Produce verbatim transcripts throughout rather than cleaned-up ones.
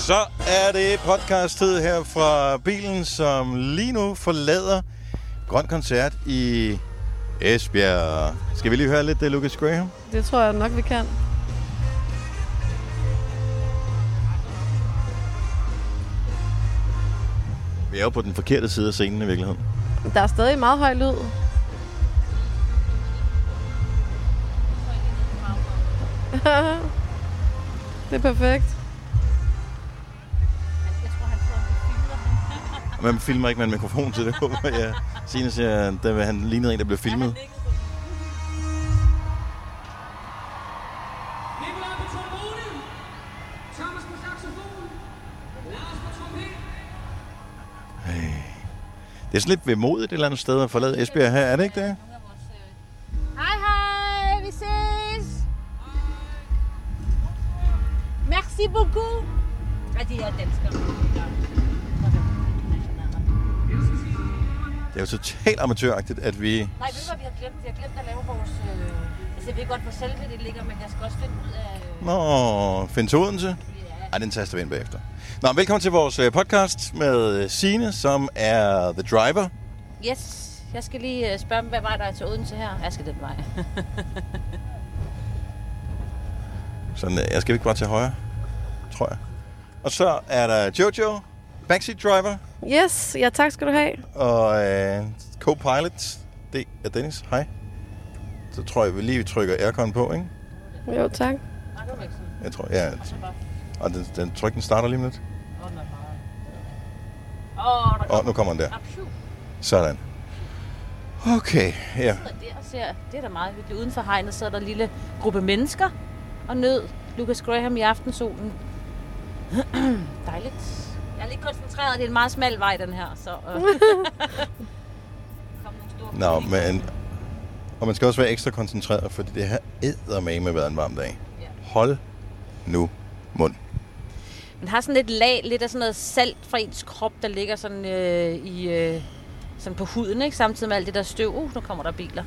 Så er det podcast-tid her fra bilen, som lige nu forlader Grøn Koncert i Esbjerg. Skal vi lige høre lidt af Lucas Graham? Det tror jeg nok, vi kan. Vi er jo på den forkerte side af scenen i virkeligheden. Der er stadig meget høj lyd. Det er perfekt. Man filmer ikke med en mikrofon til det, håber jeg. Signe siger, at han lignede en, der blev filmet. Hey. Det er sådan lidt vemodigt et eller andet sted at forlade Esbjerg her, er det ikke det? Hej hej, vi ses! Merci beaucoup! Ja, de er danskere. Det er jo totalt amatøragtigt, at vi... Nej, ved du hvad, vi har glemt? Vi har glemt at lave vores... Øh... Altså, jeg ved godt, hvor selve det ligger, men jeg skal også finde ud af... Nå, finde til Odense? Ja. Ej, den taster vi ind bagefter. Nå, velkommen til vores podcast med Signe, som er The Driver. Yes, jeg skal lige spørge dem, hvad vej der er til Odense her. Jeg skal den vej. Sådan, jeg skal ikke bare til højre, tror jeg. Og så er der Jojo, Backseat Driver. Yes, ja tak skal du have. Og øh, co-pilot, det er Dennis. Hej. Så tror jeg, vi lige trykker aircon på, ikke? Jo, tak. Jeg tror, ja. Og den, den tryk, den starter lige om lidt. Åh, oh, nu kommer den der. Sådan. Okay, ja. Det er da meget hyggeligt. Uden for hegnet, så er der en lille gruppe mennesker og nød Lucas Graham i aftensolen. Dejligt. Jeg er lidt koncentreret, det er en meget smal vej, den her. Så, øh. Nå, men... Og man skal også være ekstra koncentreret, fordi det her eddermame været en varm dag. Hold nu mund. Man har sådan lidt lag, lidt af sådan noget salt fra ens krop, der ligger sådan, øh, i, øh, sådan på huden, ikke? Samtidig med alt det der støv. Uh, nu kommer der biler.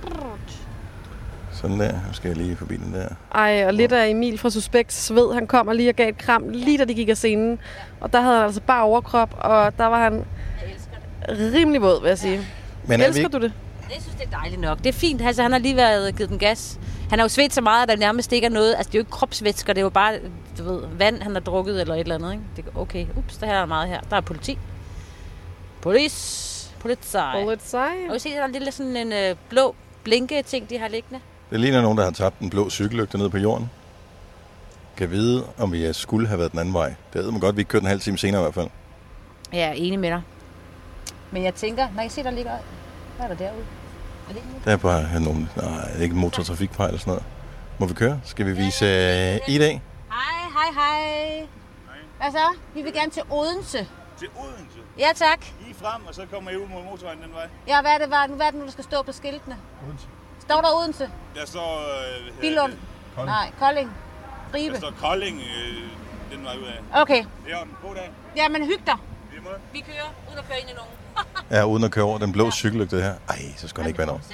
Sådan der. Nu skal jeg lige forbi den der. Ej, og lidt af Emil fra Suspekt Sved, han kom og lige og gav et kram, lige da de gik af scenen. Og der havde han altså bare overkrop, og der var han rimelig våd, vil jeg sige. Men elsker ikke... du det? Jeg synes, det er dejligt nok. Det er fint. Altså, han har lige været givet den gas. Han har jo svedt så meget, at der nærmest ikke er noget. Altså, det er jo ikke kropsvætsker. Det er jo bare, du ved, vand, han har drukket eller et eller andet, ikke? Det er okay. Ups, der her er meget her. Der er politi. Police. Polizei. Polizei. Og vi ser, der er en lille sådan en øh, blå blinke-ting, de har liggende. Det ligner nogen, der har tabt en blå cykellygte ned på jorden. Kan vide, om vi skulle have været den anden vej. Det ved man godt, vi ikke kørte en halv time senere i hvert fald. Ja, jeg er enig med dig. Men jeg tænker, når jeg ser, der ligger... Hvad er der derude? Er det der er bare nogle... Nej, ikke motortrafikfejl eller sådan noget. Må vi køre? Skal vi vise uh, I D? Hej, hej, hej. Hvad så? Vi vil gerne til Odense. Til Odense? Ja, tak. Lige frem, og så kommer I ud mod motorvejen den vej. Ja, hvad er det, hvad, hvad er det nu, der skal stå på skiltene? Odense. Står der Odense? Der står... Øh, Billund. Kolding. Nej, Kolding. Ribe. Der står Kolding øh, den vej ud af. Okay. Det er en god dag. Ja, men hyg dig. Vi, vi kører, uden at køre ind i nogen. Ja, uden at køre over den blå ja. cykellygte her. Ej, så skal han ikke være noget.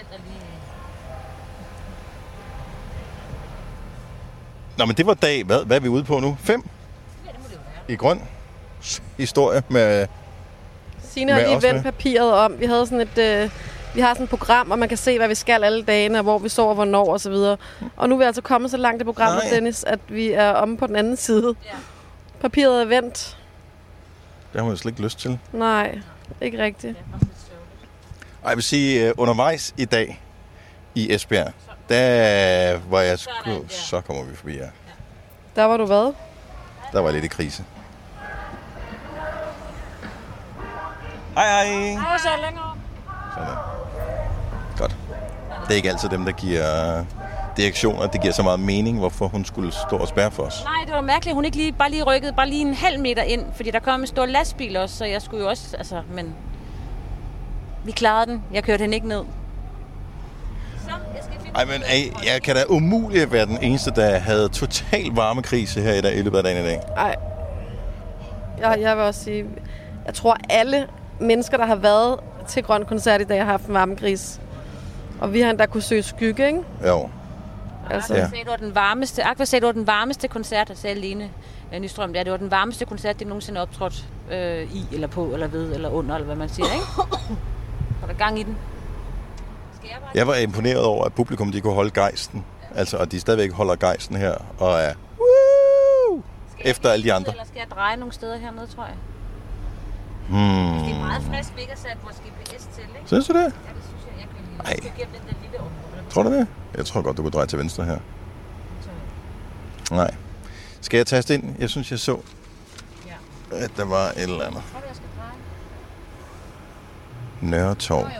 Nå, men det var dag. Hvad, hvad er vi ude på nu? Fem? Ja, det må det jo være. I grøn historie med... Signe har lige vendt papiret om. Vi havde sådan et... Øh, vi har sådan et program, og man kan se, hvad vi skal alle dagene, og hvor vi sover, hvornår og så videre. Og nu er vi altså kommet så langt i programmet, Nej. Dennis, at vi er omme på den anden side. Ja. Papiret er vendt. Det har man jo slet ikke lyst til. Nej, ikke rigtigt. Ej, jeg vil sige, uh, undervejs i dag i Esbjerg, der var jeg sku... Så kommer vi forbi, ja. Der var du hvad? Der var lidt i krise. Hej, hej. Hej, så længere. Sådan. Godt. Det er ikke altid dem, der giver direktioner. Det giver så meget mening, hvorfor hun skulle stå og spærre for os. Nej, det var mærkeligt. Hun ikke lige, bare lige rykkede bare lige en halv meter ind, fordi der kom en stor lastbil også, så jeg skulle jo også, altså, men vi klarede den. Jeg kørte hende ikke ned. Så, jeg skal finde... Ej, men ej, jeg kan da umuligt være den eneste, der havde total varmekrise her i dag, i løbet af dagen i dag. Nej. Jeg, jeg vil også sige, jeg tror alle mennesker, der har været til Grøn Koncert i dag, har haft en varmekrise. Og vi har endda kunne søge skygge, ikke? Jo. Altså. Aqua sagde, det var den varmeste, Aqua sagde, det var den varmeste koncert, der sagde Lene Nystrøm, det var den varmeste koncert, de nogensinde optrådt øh, i, eller på, eller ved, eller under, eller hvad man siger, ikke? Var der gang i den? Skal jeg, bare... jeg var imponeret over, at publikum de kunne holde gejsten. Ja. Altså, og de stadigvæk holder gejsten her, og er woo! Efter alle de andre. Eller skal jeg dreje nogle steder hernede, tror jeg? Hmm. Det er meget frisk, vi ikke har sat vores G P S til, ikke? Synes du det? Ja, det synes jeg, jeg kan lide. Jeg skal gennem den der lille område. Tror du det? Jeg tror godt, du kunne dreje til venstre her. Nej. Skal jeg taste ind? Jeg synes, jeg så, ja. At der var et eller andet. Tror du, jeg skal dreje? Nørretorv. Jo, jo, der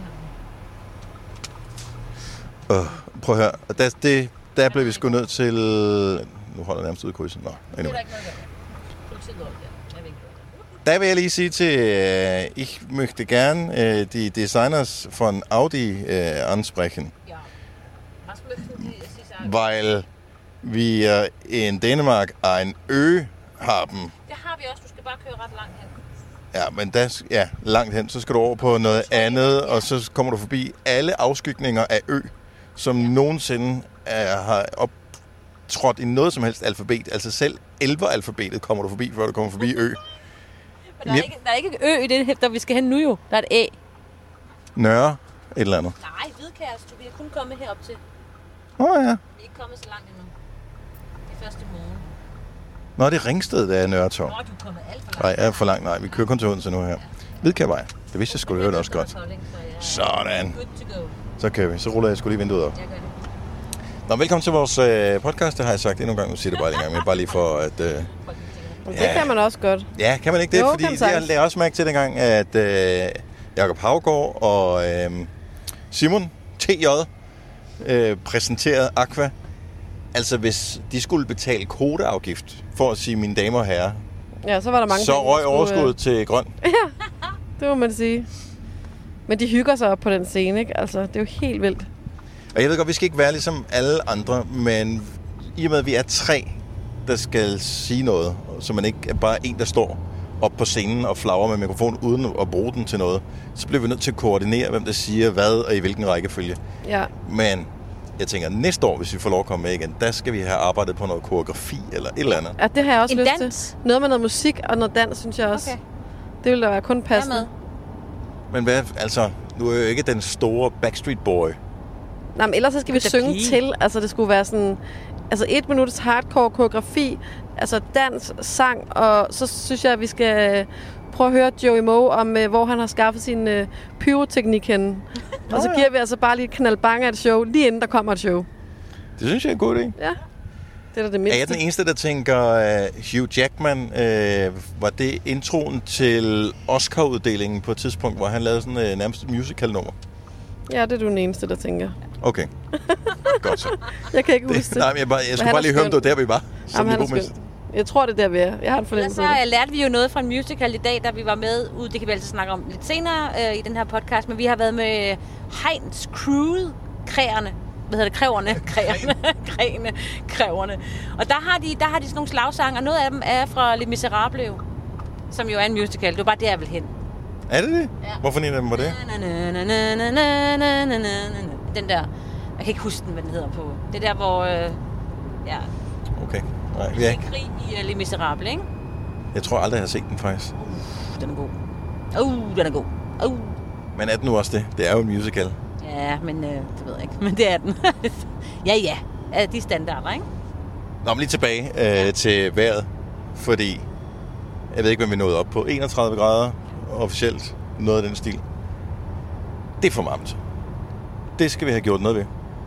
er noget her. Øh, prøv at høre. Der, det, der blev vi sgu nødt til... Nu holder jeg nærmest ud i krydset. Nå, det er der ikke noget der. Politiet der. Jeg ved ikke. Der vil jeg lige sige til, uh, ich möchte gern uh, die Designers von Audi uh, ansprechen. Ja. Was möchten die Sie sagen? Weil wir in Dänemark ein Ö haben. Det har vi også. Du skal bare køre ret langt hen. Ja, men der, ja, langt hen, så skal du over på noget andet, og så kommer du forbi alle afskygninger af Ø, som nogensinde er, har optrådt i noget som helst alfabet. Altså selv elver-alfabetet kommer du forbi, før du kommer forbi Ø. Men der er, ikke, der er ikke Ø i det, der vi skal hen nu jo. Der er et Æ. Nørre, et eller andet. Nej, Hvidkærs, du vil kun komme herop til. Åh oh, ja. Vi er ikke kommet så langt endnu. Det er første morgen. Nå, det er Ringsted, der er Nørretorv. Nå, du er kommet alt for langt. Nej, jeg er for langt. Nej, vi kører kun til Odense nu her. Hvidkærvej. Det vidste jeg skulle høre det også godt. Sådan. Så kører vi. Så ruller jeg sgu lige vinduet op. Jeg gør det. Nå, velkommen til vores øh, podcast. Det har jeg sagt endnu en gang. Nu siger det bare en gang, men bare lige for at... Øh, det ja. Kan man også godt. Ja, kan man ikke det? Jo, fordi det har jeg også mærket til dengang, at øh, Jakob Haugaard og øh, Simon T J øh, præsenterede Aqua. Altså, hvis de skulle betale kodeafgift for at sige mine damer og herrer, ja, så var der mange så penge, røg overskuddet øh... til grøn. Ja, det må man sige. Men de hygger sig op på den scene, ikke? Altså, det er jo helt vildt. Og jeg ved godt, vi skal ikke være ligesom alle andre, men i og med, at vi er tre, der skal sige noget, så man ikke er bare en, der står op på scenen og flagrer med mikrofonen uden at bruge den til noget, så bliver vi nødt til at koordinere, hvem der siger hvad og i hvilken rækkefølge. Ja. Men jeg tænker, næste år, hvis vi får lov at komme med igen, der skal vi have arbejdet på noget koreografi eller et eller andet. Ja, det har jeg også en lyst dans. til. Noget med noget musik og noget dans, synes jeg også. Okay. Det ville da være kun passende. Men hvad, altså, du er jo ikke den store Backstreet Boy. Nej, men ellers så skal vi synge pige. til. Altså, det skulle være sådan... Altså, et minutters hardcore koreografi, altså dans, sang, og så synes jeg, at vi skal prøve at høre Joey Moe om, hvor han har skaffet sin uh, pyroteknik henne. Og så giver vi altså bare lige et knaldbang af et show, lige inden der kommer et show. Det synes jeg er en god idé. Ja, det er da det mindste. Er jeg den eneste, der tænker, uh, Hugh Jackman, uh, var det introen til Oscar-uddelingen på et tidspunkt, hvor han lavede sådan uh, nærmest et musical-nummer? Ja, det er du den eneste, der tænker. Okay. Godt så. Jeg kan ikke det, huske det. Nej, men jeg, bare, jeg skulle bare lige høre, om det var der, vi var. Jamen, han er skøn. Jeg tror, det er der, vi er. Jeg har en fornemmelse af det. Så lærte vi jo noget fra en musical i dag, da vi var med ud. Det kan vi altid snakke om lidt senere øh, i den her podcast. Men vi har været med Heinz Crude, kræerne. Hvad hedder det? Kræverne. Kræerne. Kræerne. Kræverne. Og der har, de, der har de sådan nogle slagsange, og noget af dem er fra Les Misérables, som jo er en musical. Det var bare der, jeg vil hen. Er det det? Ja. Hvorfor en af dem var det? Den der. Jeg kan ikke huske den, hvad den hedder på. Det der, hvor... Øh, ja. Okay. Nej, ja. ja. Krig i uh, Les Misérables, ikke? Jeg tror aldrig, jeg har set den, faktisk. Uh, den er god. Uh, den er god. Uh. Men er den nu også det? Det er jo en musical. Ja, men øh, det ved jeg ikke. Men det er den. ja, ja. ja. De standarder, ikke? Nå, men lige tilbage øh, ja. til vejret. Fordi, jeg ved ikke, hvad vi nåede op på. enogtredive grader officielt. Noget af den stil. Det er for varmt. Det skal vi have gjort noget ved.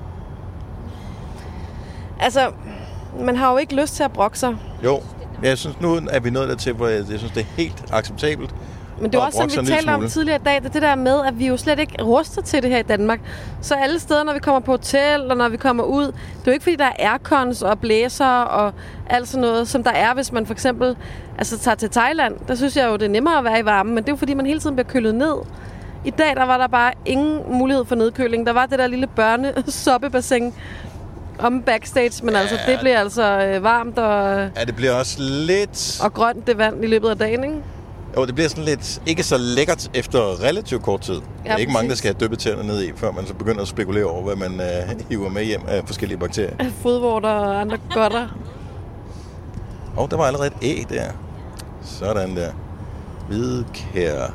Altså, man har jo ikke lyst til at brokke sig. Jo, jeg synes nu, er vi nået dertil, hvor jeg, jeg synes, det er helt acceptabelt. Men det er også, som vi talte om tidligere i dag, det, det der med, at vi jo slet ikke ruster til det her i Danmark. Så alle steder, når vi kommer på hotel, og når vi kommer ud, det er jo ikke, fordi der er aircons og blæser og alt sådan noget, som der er, hvis man for eksempel altså, tager til Thailand. Der synes jeg jo, det er nemmere at være i varmen, men det er jo, fordi man hele tiden bliver kølet ned. I dag, der var der bare ingen mulighed for nedkøling. Der var det der lille børne-soppebassin om backstage, men ja, altså, det bliver altså øh, varmt og... Ja, det bliver også lidt... Og grønt det vand i løbet af dagen, ikke? Jo, det bliver sådan lidt ikke så lækkert efter relativt kort tid. Ja, der er ikke mange, der skal have dyppet tæerne ned i, før man så begynder at spekulere over, hvad man øh, hiver med hjem af forskellige bakterier. Fodvorter og andre godter. Åh, oh, der var allerede et æg der. Sådan der. Hvidkær. Det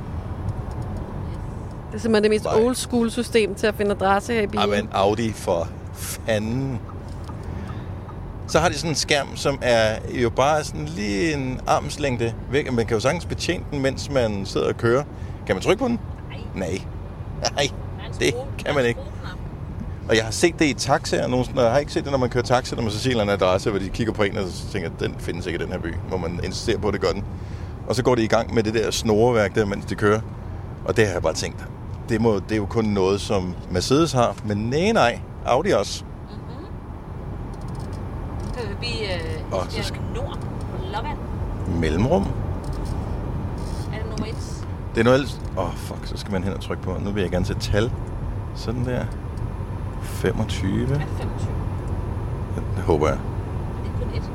er simpelthen det mest Nej. old school system til at finde adresse her i bilen. Ej, men Audi for fanden. Så har de sådan en skærm, som er jo bare sådan lige en armslængde væk. Man kan jo sagtens betjene den, mens man sidder og kører. Kan man trykke på den? Nej. Nej. Nej, det kan man ikke. Og jeg har set det i taxaer. Nogle, jeg har ikke set det, når man kører taxa, når man så ser en adresse, hvor de kigger på en, og så tænker, den findes ikke i den her by. Hvor man insisterer på, at det gør den. Og så går de i gang med det der snoreværk der, mens de kører. Og det har jeg bare tænkt. Det, må, det er jo kun noget, som Mercedes har. Men nej, nej. Audi også. Så vil vi øh, oh, så skal... nord på Lolland. Mellemrum. Er det nummer et? Det er noget ellers... Åh, oh, fuck, så skal man hen og trykke på. Nu vil jeg gerne sætte tal. Sådan der. femogtyve. Er det femogtyve? Det, det håber jeg. Det er kun et.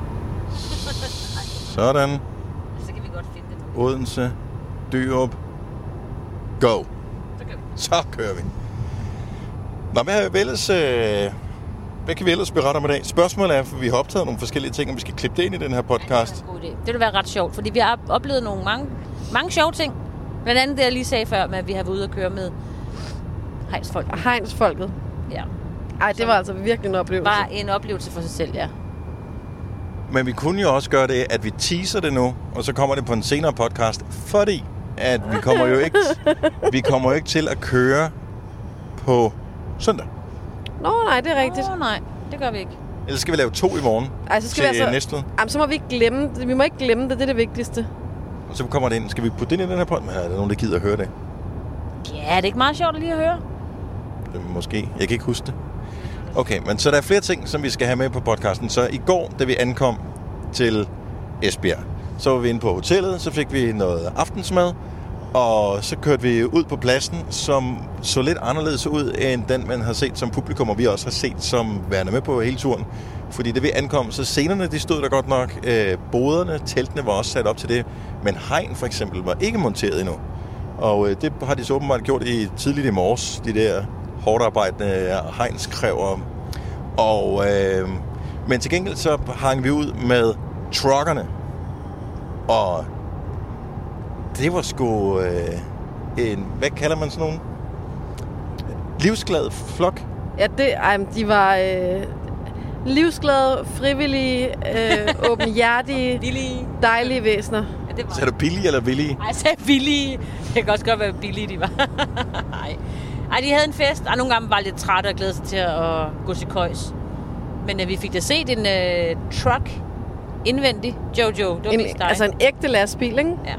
Sådan. Så kan vi godt finde det. Odense. Dyrup. Go. Så kører vi. Så kører vi. Nå, hvad har vi ellers... Øh... Hvad kan vi ellers berette om i dag? Spørgsmålet er, for vi har optaget nogle forskellige ting, og vi skal klippe det ind i den her podcast. Ja, det er en god idé. Det vil være ret sjovt, fordi vi har oplevet nogle mange, mange sjove ting. Blandt andet det, jeg lige sagde før, med at vi har været ude og køre med hegnsfolket. Hegnsfolket. Ja. Ej, det var altså virkelig en oplevelse. Var en oplevelse for sig selv, ja. Men vi kunne jo også gøre det, at vi teaser det nu, og så kommer det på en senere podcast, fordi at vi kommer jo ikke, vi kommer jo ikke til at køre på søndag. Nå, nej, det er rigtigt. Nå, nej, det gør vi ikke. Ellers skal vi lave to i morgen. Ej, så skal til vi altså... Næstved. Jamen, så må vi ikke glemme det. Vi må ikke glemme det, det er det vigtigste. Og så kommer det ind. Skal vi putte det ind i den her podcast? Er der nogen, der gider at høre det? Ja, det er ikke meget sjovt lige at høre. Måske. Jeg kan ikke huske det. Okay, men så der er flere ting, som vi skal have med på podcasten. Så i går, da vi ankom til Esbjerg, så var vi inde på hotellet, så fik vi noget aftensmad, og så kørte vi ud på pladsen, som så lidt anderledes ud, end den, man har set som publikum, og vi også har set som værende med på hele turen. Fordi da vi ankom, så scenerne, de stod der godt nok. Øh, boderne, teltene var også sat op til det, men hegn for eksempel var ikke monteret endnu. Og øh, det har de så åbenbart gjort i tidligt i morges, de der hårdt arbejdende hegnskræver. Og, øh, men til gengæld så hang vi ud med truckerne, og det var sgu øh, en, hvad kalder man sådan nogen? Livsglad flok. Ja, det, ej, de var øh, livsglade, frivillige, øh, åbenhjertige, dejlige væsener. Ja, det var... Så er du billige eller villige? Ej, jeg sagde billige. Det kan også godt være billige, de var. Ej. Ej, de havde en fest, og nogle gange var lidt trætte og glæde sig til at gå til køjs. Men øh, vi fik da set en øh, truck indvendig. Jojo, det var en, mest dig. Altså en ægte lastbil, ikke? Ja.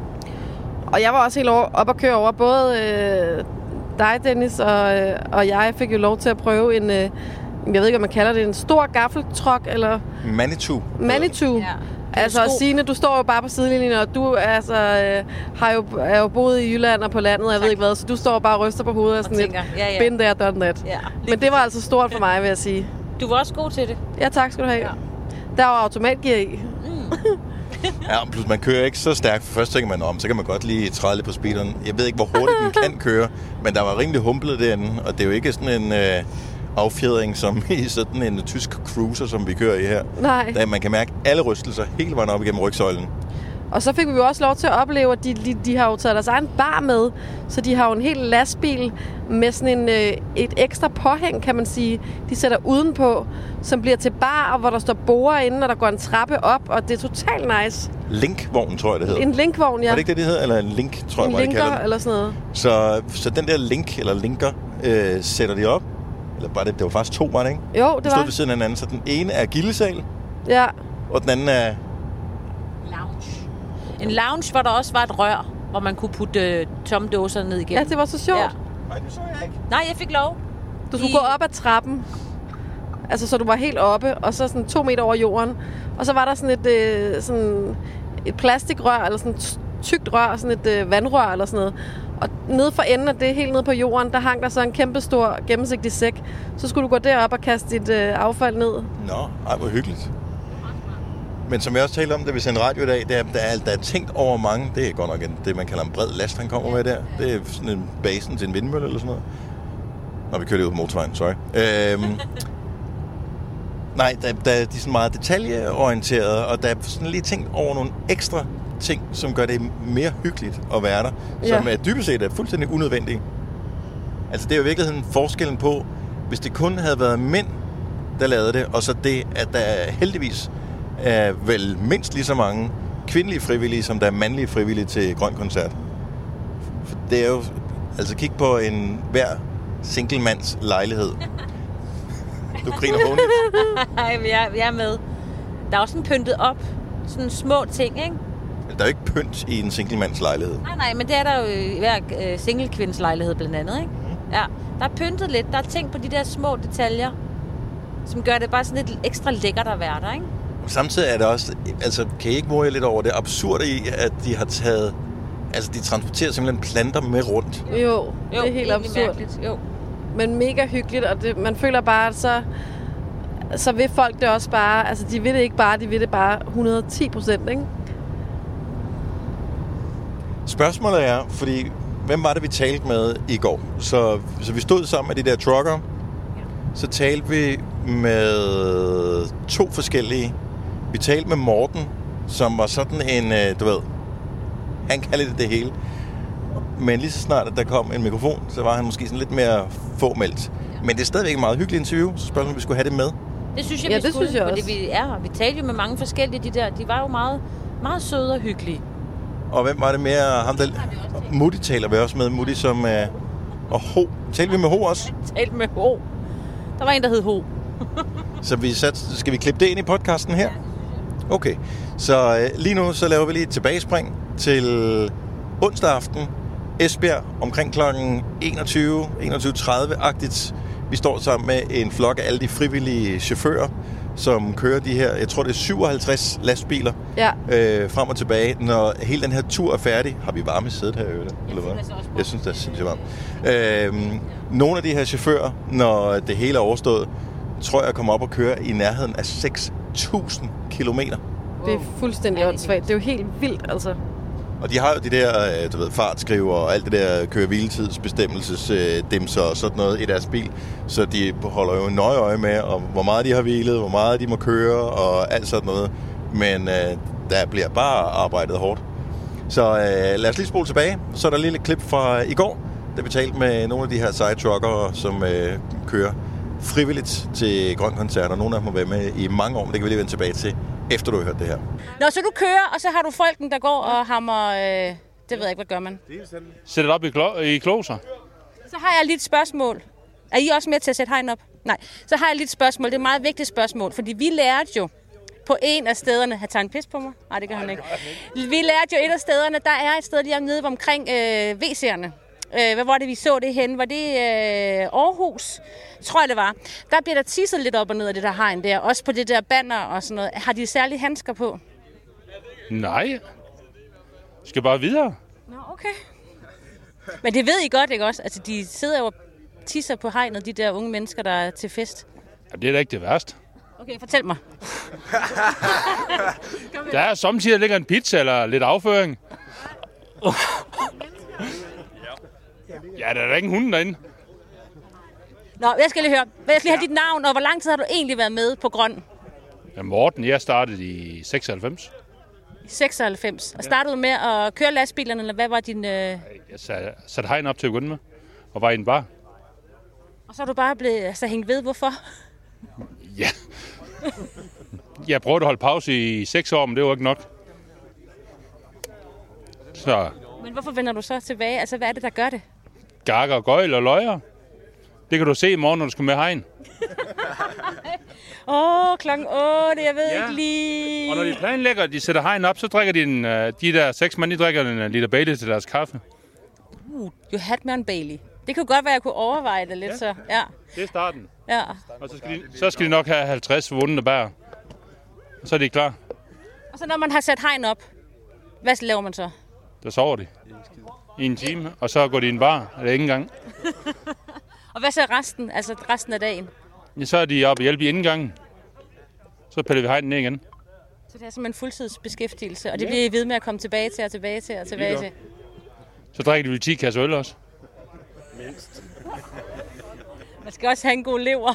Og jeg var også helt over, op at køre over. Både øh, dig, Dennis, og, øh, og jeg fik jo lov til at prøve en, øh, jeg ved ikke, hvad man kalder det, en stor gaffeltruck, eller... Manitou. Manitou. Ja. Altså, Signe, du står jo bare på sidelinjen, og du altså, øh, har jo, er jo boet i Jylland og på landet, og jeg tak. ved ikke hvad, så du står bare og ryster på hovedet og sådan lidt, ja, ja. Been there, done that. Ja, men det var altså stort for mig, vil jeg sige. Du var også god til det. Ja, tak skal du have. Ja. Der var automatgear i. Mm. Ja, plus man kører ikke så stærkt. Først tænker man om, så kan man godt lige træde lidt på speederen. Jeg ved ikke, hvor hurtigt den kan køre, men der var rimelig humplet derinde, og det er jo ikke sådan en... Øh, affjedring som i sådan en tysk cruiser, som vi kører i her. Nej. Der man kan mærke alle rystelser hele vejen op igennem rygsøjlen. Og så fik vi jo også lov til at opleve, at de, de, de har jo taget deres egen bar med, så de har jo en hel lastbil med sådan en, øh, et ekstra påhæng, kan man sige. De sætter udenpå, som bliver til bar, og hvor der står borde inde, og der går en trappe op, og det er totalt nice. Linkvogn, tror jeg, det hedder. En linkvogn, ja. Var det ikke det, det hedder? Eller en link, tror en jeg, linker, det kalder eller sådan noget. Så, så den der link, eller linker, øh, sætter de op. Eller bare det, det var faktisk to, var det ikke? Jo, det var. De stod ved siden af hinanden, så den ene er gildesal, ja. og den anden er... Lounge. En lounge, hvor der også var et rør, hvor man kunne putte øh, tomme dåser ned igennem. Ja, det var så sjovt. Ja. Nej, det så jeg ikke. Nej, jeg fik lov. Du skulle I... gå op ad trappen, altså så du var helt oppe, og så sådan to meter over jorden. Og så var der sådan et, øh, sådan et plastikrør, eller sådan et tykt rør, sådan et øh, vandrør, eller sådan noget. Og nede for enden af det, helt nede på jorden, der hang der så en kæmpe stor gennemsigtig sæk. Så skulle du gå derop og kaste dit øh, affald ned. Nå, ej, hvor hyggeligt. Men som jeg også talte om, da vi sendte radio i dag, det er, der, er, der er tænkt over mange, det er godt nok en, det, man kalder en bred last, han kommer med der. Det er sådan en basen til en vindmølle eller sådan noget. Nå, vi kører lige ud på motorvejen, sorry. Øhm, nej, der, der, de er sådan meget detaljeorienterede, og der er sådan lige tænkt over nogle ekstra ting, som gør det mere hyggeligt at være der, ja. Som er dybest set er fuldstændig unødvendige. Altså, det er jo i virkeligheden forskellen på, hvis det kun havde været mænd, der lavede det, og så det, at der heldigvis er vel mindst lige så mange kvindelige frivillige, som der er mandlige frivillige til Grøn Koncert. For det er jo, altså kig på en hver singlemands lejlighed. Du griner håndligt. Nej, jeg, jeg er med. Der er også sådan pyntet op, sådan små ting, ikke? Der er jo ikke pynt i en singlemands lejlighed. Nej, nej, men det er der jo i hver øh, singlekvindes lejlighed blandt andet, ikke? Mm. Ja, der er pyntet lidt. Der er ting på de der små detaljer, som gør det bare sådan lidt ekstra lækkert at være der, ikke? Samtidig er det også, altså kan I ikke morde lidt over det absurde i, at de har taget, altså de transporterer simpelthen planter med rundt? Jo, jo det er helt absurd. Mærkeligt. Jo. Men mega hyggeligt, og det, man føler bare, at så, så vil folk det også bare, altså de vil det ikke bare, de vil det bare hundrede og ti procent, ikke? Spørgsmålet er, fordi, hvem var det, vi talte med i går? Så, så vi stod sammen med de der trucker, så talte vi med to forskellige. Vi talte med Morten, som var sådan en, du ved, han kaldte det det hele. Men lige så snart, at der kom en mikrofon, så var han måske sådan lidt mere fåmeldt. Men det er stadigvæk et meget hyggeligt interview, så spørgsmålet, om vi skulle have det med. Det synes jeg, ja, vi det skulle, synes jeg også. Fordi vi er Vi talte jo med mange forskellige, de der. De var jo meget, meget søde og hyggelige. Og hvem var det mere? Ham der... Mutti taler vi også med. Mutti som... Øh... Og Ho. Talte vi med Ho også? Talte med Ho. Der var en, der hed Ho. Så vi sat... skal vi klippe det ind i podcasten her? Okay. Så øh, lige nu, så laver vi lige et tilbagespring til onsdag aften. Esbjerg omkring klokken enogtyve, enogtyve tredive-agtigt. Vi står sammen med en flok af alle de frivillige chauffører, som kører de her, jeg tror det er syvoghalvtreds lastbiler, ja. øh, frem og tilbage. Når hele den her tur er færdig, har vi varme sædet her i øvrigt, eller hvad? Jeg synes, det er sindssygt varmt. Øh, nogle af de her chauffører, når det hele er overstået, tror jeg kommer op og køre i nærheden af seks tusind kilometer. Det er fuldstændig åndssvagt. Det er jo helt vildt, altså. Og de har jo de der, du ved, fartskriver og alt det der køre-hviletidsbestemmelsesdimser og sådan noget i deres bil. Så de holder jo nøje øje med, om, hvor meget de har hvilet, hvor meget de må køre og alt sådan noget. Men øh, der bliver bare arbejdet hårdt. Så øh, lad os lige spole tilbage. Så er der et lille klip fra i går, da vi talte med nogle af de her seje truckere, som øh, kører frivilligt til Grøn Koncert. Og nogle af dem har været med i mange år, men det kan vi lige vende tilbage til, efter du har hørt det her. Nå, så du kører, og så har du folken, der går og hammer... Øh, det ved jeg ikke, hvad gør man? Sæt det op i, klo- i kloser. Så har jeg lige et spørgsmål. Er I også med til at sætte hegn op? Nej. Så har jeg lige et spørgsmål. Det er et meget vigtigt spørgsmål, fordi vi lærte jo på en af stederne... Har taget en pis på mig? Nej, det gør han ikke. Vi lærte jo et af stederne, der er et sted lige om nede omkring øh, V C'erne. Øh, hvad var det, vi så det henne? Var det øh, Aarhus? Tror jeg, det var. Der bliver der tisset lidt op og ned af det der hegn der. Også på det der banner og sådan noget. Har de særlige handsker på? Nej. Skal bare videre. Nå, okay. Men det ved I godt, ikke også? Altså, de sidder jo og tisser på hegnet, de der unge mennesker, der er til fest. Ja, det er da ikke det værste. Okay, fortæl mig. Der er samtidig ligger en pizza eller lidt afføring. Ja, der er da ikke en hund derinde. Nå, jeg skal lige høre. Jeg skal lige have dit navn, og hvor lang tid har du egentlig været med på Grøn? Ja, Morten, jeg startede i seksoghalvfems. I seksoghalvfems? Og startede du med at køre lastbilerne, eller hvad var din... Øh... Jeg satte, satte hegn op til at begynde med, og var i en bar. Og så er du bare blevet altså, hængt ved, hvorfor? Ja. Jeg prøvede at holde pause i seks år, men det var ikke nok. Så... Men hvorfor vender du så tilbage? Altså, hvad er det, der gør det? Gakker, gøjl og løjer. Det kan du se i morgen, når du skal med hegn. Åh, oh, klokken otte, jeg ved ja. ikke lige... Og når de planlægger, de sætter hegn op, så drikker de en, de der seks mand, de drikker en liter Bailey til deres kaffe. Uh, you had me on Bailey. Det kunne godt være, at jeg kunne overveje det lidt, ja. Så. Ja, det er starten. Ja. Og så skal, de, så skal de nok have halvtreds vundne bær. Og så er de klar. Og så når man har sat hegn op, hvad laver man så? Der sover de i en time, og så går de i en bar, eller ikke engang. Og hvad så resten, altså resten af dagen? Ja, så er de oppe og hjælpe i indgangen. Så piller vi hegnen ned igen. Så det er simpelthen fuldtidsbeskæftigelse, og det bliver I ved med at komme tilbage til og tilbage til og tilbage til. Så drikker du ti kasser øl også? Mindst. Man skal også have en god lever.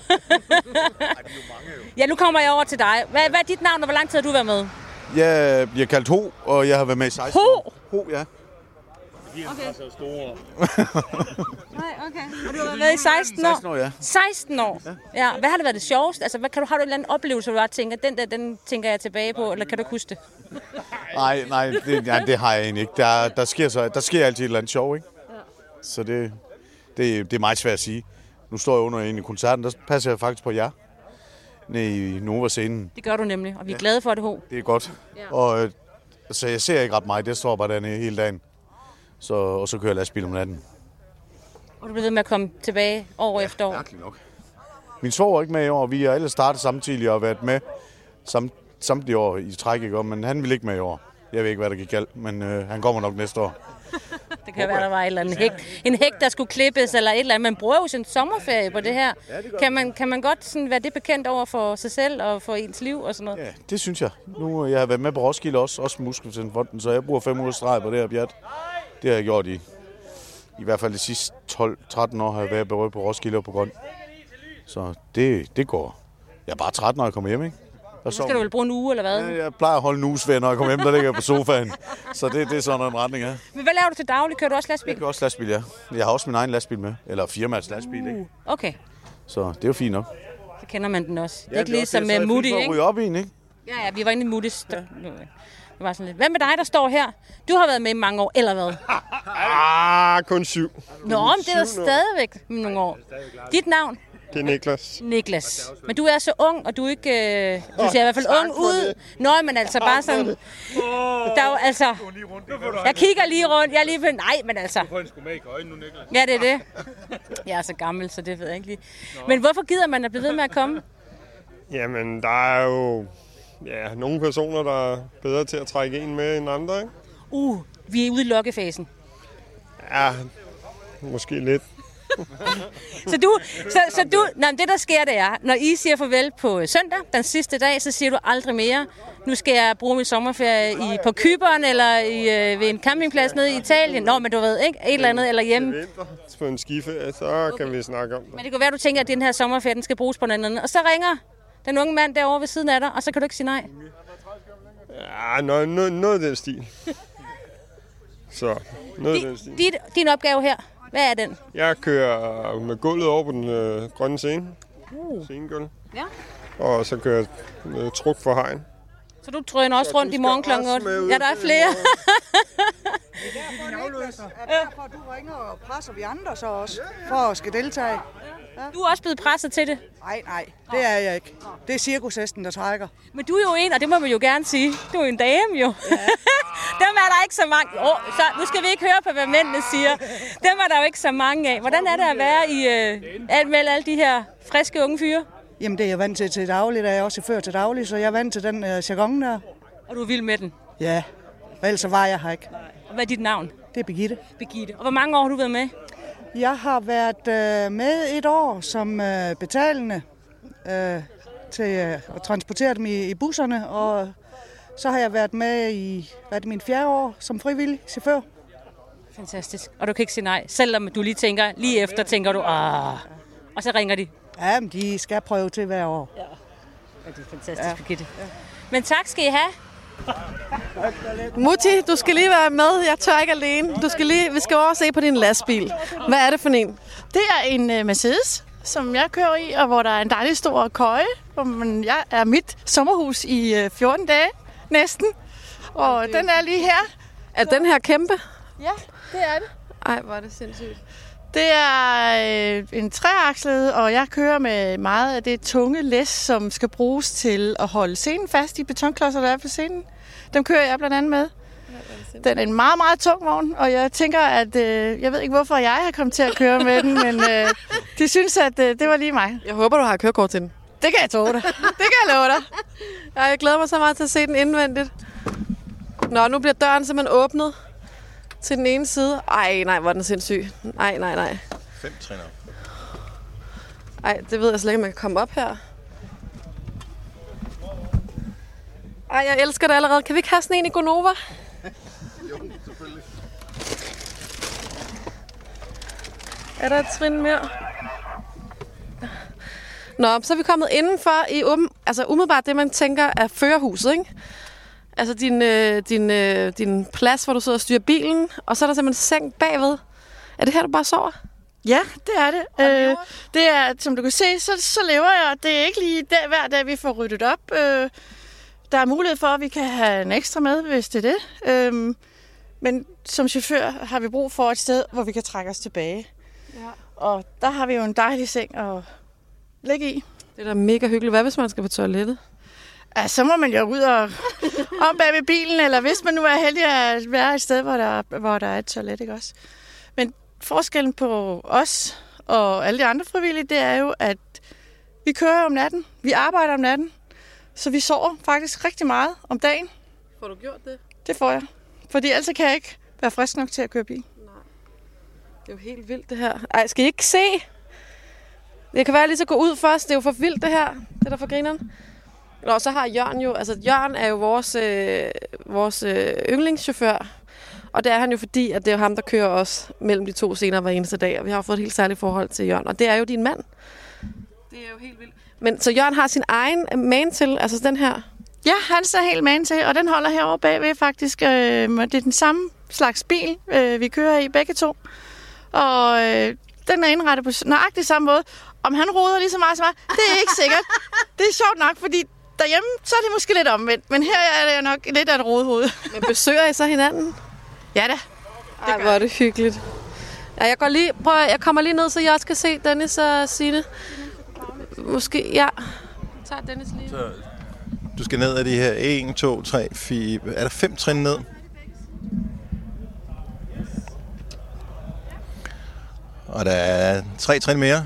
Ja, nu kommer jeg over til dig. Hvad, hvad er dit navn, og hvor lang tid har du været med? Jeg bliver kaldt Ho, og jeg har været med i seksten år. Ho? Ho, ja. Okay. Nej, okay. Og du har været med i seksten år? seksten år, ja. seksten år? Ja. Ja. Hvad har det været det sjoveste? Altså, hvad, kan du, har du en eller anden oplevelse, hvor du bare tænker, den der, den tænker jeg tilbage på, eller kan du ikke huske det? Nej, nej, det, ja, det har jeg egentlig ikke. Der, der, sker, så, der sker altid et eller andet sjov, ikke? Ja. Så det, det, det er meget svært at sige. Nu står jeg under en i koncerten, der passer jeg faktisk på jer. Nede i Nova-scenen. Det gør du nemlig, og vi er ja. glade for det, Ho. Det er godt. Ja. Og øh, så jeg ser ikke ret meget, det står bare dernede hele dagen. Så, og så kører jeg lastbil om natten. Og du bliver ved med at komme tilbage år ja, efter år? Mærkeligt nok. Min svoger er ikke med i år. Vi har alle startet samtidig og har været med samt, samtlige år i træk, ikke? Men han vil ikke med i år. Jeg ved ikke, hvad der gik galt, men øh, han kommer nok næste år. Det kan være, der var et eller andet hæk, en hæk, der skulle klippes, eller et eller andet. Man bruger jo sin sommerferie på det her. Ja, det kan, man, kan man godt sådan være det bekendt over for sig selv og for ens liv og sådan noget? Ja, det synes jeg. Nu jeg har været med på Roskilde også, også Muskelsvindfonden, så jeg bruger fem uger streg på det her bjert. Det har jeg gjort i, i hvert fald de sidste tolv tretten år, har jeg været berørt på Roskilde og på Grøn. Så det, det går. Jeg er bare tretten, når jeg kommer hjem, ikke? Så skal du vel bruge en uge, eller hvad? Ja, jeg plejer at holde en uges ferie, når jeg kommer hjem, der ligger jeg på sofaen. Så det, det er sådan en retning, ja. Men hvad laver du til daglig? Kører du også lastbil? Jeg kører også lastbil, ja. Jeg har også min egen lastbil med. Eller firmaets lastbil, uh, ikke? Okay. Så det er jo fint nok. Så kender man den også. Ja, det er ikke det ligesom med Moody, ikke? Jeg ryge op i en, ikke? Ja, ja, vi var inde i Moody's. Ja. Det var sådan lidt. Hvad med dig, der står her? Du har været med i mange år, eller hvad? Ah, kun syv. Nå, men det er jo stadigvæk nogle år. Dit navn? Det er Niklas. Niklas. Men du er så ung, og du er ikke... Øh, du ser i hvert fald ung ud. Nå, men altså bare sådan... Der er jo altså... Jeg kigger lige rundt. Jeg er lige på... Nej, men altså... Ja, det er det. Jeg er så gammel, så det ved jeg ikke lige. Men hvorfor gider man at blive ved med at komme? Jamen, der er jo... Ja, nogle personer, der er bedre til at trække en med end andre, ikke? Uh, vi er ude i lokkefasen. Ja, måske lidt. så du, så, så du, nej, det der sker, det er, når I siger farvel på søndag, den sidste dag, så siger du aldrig mere, nu skal jeg bruge min sommerferie i, på Cypern, eller i, øh, ved en campingplads nede i Italien. Nå, men du ved ikke, et eller andet, eller hjemme. Til vinter, på en skiferie, så okay. Kan vi snakke om det. Men det kan være, du tænker, at den her sommerferie, den skal bruges på noget andet. Og så ringer den unge mand derovre ved siden af dig, og så kan du ikke sige nej. Ja, noget, noget, noget af den stil. Så, noget af den stil. Din, din opgave her, hvad er den? Jeg kører med gulvet over på den øh, grønne scene. Uh. Scenegulv. Ja. Og så kører jeg øh, truk for hegn. Så du drøner også så rundt i morgen klokken otte? Ja, der er flere. Det er derfor, du ringer og presser vi andre så også, for at skal deltage. Ja. Du er også blevet presset til det? Nej, nej, det er jeg ikke. Det er cirkushesten, der trækker. Men du er jo en, og det må man jo gerne sige. Du er en dame jo. Ja. Dem er der ikke så mange. Oh, så nu skal vi ikke høre på, hvad mændene siger. Dem er der jo ikke så mange af. Hvordan er det at være i uh, mellem alle de her friske unge fyre? Jamen det er jeg vant til til daglig, der er jeg også chauffør til daglig, så jeg er vant til den uh, jargon der. Og du er vild med den? Ja, ellers så var jeg her ikke. Og hvad er dit navn? Det er Birgitte. Birgitte. Og hvor mange år har du været med? Jeg har været øh, med et år som øh, betalende øh, til øh, at transportere dem i, i busserne, og så har jeg været med i hvad er det, min fjerde år som frivillig chauffør. Fantastisk. Og du kan ikke sige nej, selvom du lige tænker, lige efter tænker du, ah, og så ringer de. Ja, men de skal prøve til hver år. Ja, ja det er fantastisk, ja. Birgitte. Ja. Men tak skal I have. Mutti, du skal lige være med. Jeg tør ikke alene. Du skal lige, vi skal over og se på din lastbil. Hvad er det for en? Det er en uh, Mercedes, som jeg kører i, og hvor der er en dejlig stor køje. Hvor man, jeg er mit sommerhus i uh, fjorten dage, næsten. Og okay. Den er lige her. Er den her kæmpe? Ja, det er det. Ej, hvor er det sindssygt. Det er øh, en treakslet, og jeg kører med meget af det tunge læs, som skal bruges til at holde scenen fast i betonklodser, der er på scenen. Dem kører jeg blandt andet med. Den er en meget, meget tung vogn, og jeg tænker, at øh, jeg ved ikke, hvorfor jeg har kommet til at køre med den, men øh, de synes, at øh, det var lige mig. Jeg håber, du har kørekort til den. Det kan jeg tåle dig. Det kan jeg love dig. Ja, jeg glæder mig så meget til at se den indvendigt. Nå, nu bliver døren simpelthen åbnet til den ene side. Ej, nej, hvor er den sindssyg. Nej, nej, nej. Fem trin op. Ej, det ved jeg slet ikke, man kan komme op her. Ej, jeg elsker det allerede. Kan vi ikke have sådan en i Gonova? Jo, selvfølgelig. Er der et trin mere? Nå, så er vi kommet indenfor i um, altså umiddelbart det, man tænker er førerhuset, ikke? Altså din, øh, din, øh, din plads, hvor du sidder og styrer bilen, og så er der simpelthen seng bagved. Er det her, du bare sover? Ja, det er det. Øh, det er, som du kan se, så, så lever jeg. Det er ikke lige der, hver dag, vi får ryddet op. Øh, der er mulighed for, at vi kan have en ekstra med, hvis det er det. Øh, men som chauffør har vi brug for et sted, hvor vi kan trække os tilbage. Ja. Og der har vi jo en dejlig seng at ligge i. Det er da mega hyggeligt. Hvad hvis man skal på toilettet? Ja, så må man jo ud og om bag ved bilen, eller hvis man nu er heldig at være et sted, hvor der, hvor der er et toilet, ikke også? Men forskellen på os og alle de andre frivillige, det er jo, at vi kører om natten, vi arbejder om natten, så vi sover faktisk rigtig meget om dagen. Får du gjort det? Det får jeg, fordi ellers kan jeg ikke være frisk nok til at køre bil. Nej. Det er jo helt vildt, det her. Ej, skal I ikke se? Det kan være lige så gå ud først. Det er jo for vildt, det her. Det er der for grineren. Og så har Jørgen jo... Altså, Jørgen er jo vores, øh, vores øh, yndlingschauffør. Og det er han jo fordi, at det er ham, der kører os mellem de to scener hver eneste dag. Og vi har fået et helt særligt forhold til Jørgen. Og det er jo din mand. Det er jo helt vildt. Men så Jørgen har sin egen man til, altså den her... Ja, han står helt man til, og den holder herovre bagved faktisk. Øh, det er den samme slags bil, øh, vi kører i begge to. Og øh, den er indrettet på nøjagtig samme måde. Om han roder lige så meget som mig, det er ikke sikkert. Det er sjovt nok, fordi derhjemme, så er det måske lidt omvendt. Men her er det jo nok lidt af et rodehoved. Men besøger I så hinanden? Ja da. Ej, hvor er det hyggeligt. Ja, jeg, går lige, prøv, jeg kommer lige ned, så jeg også kan se Dennis og Signe. Måske, ja. Tager Dennis lige. Så du skal ned af de her en, to, tre, fire... Er der fem trin ned? Og der er tre trin mere.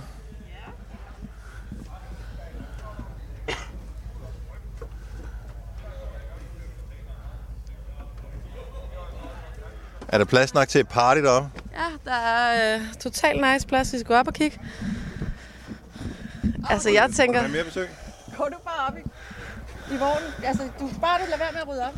Er der plads nok til et party deroppe? Ja, der er øh, totalt nice plads. Vi skal gå op og kigge. Altså, jeg tænker... Er der mere besøg? Gå du bare op i, i vognen. Altså, du bare du lade være med at rydde op.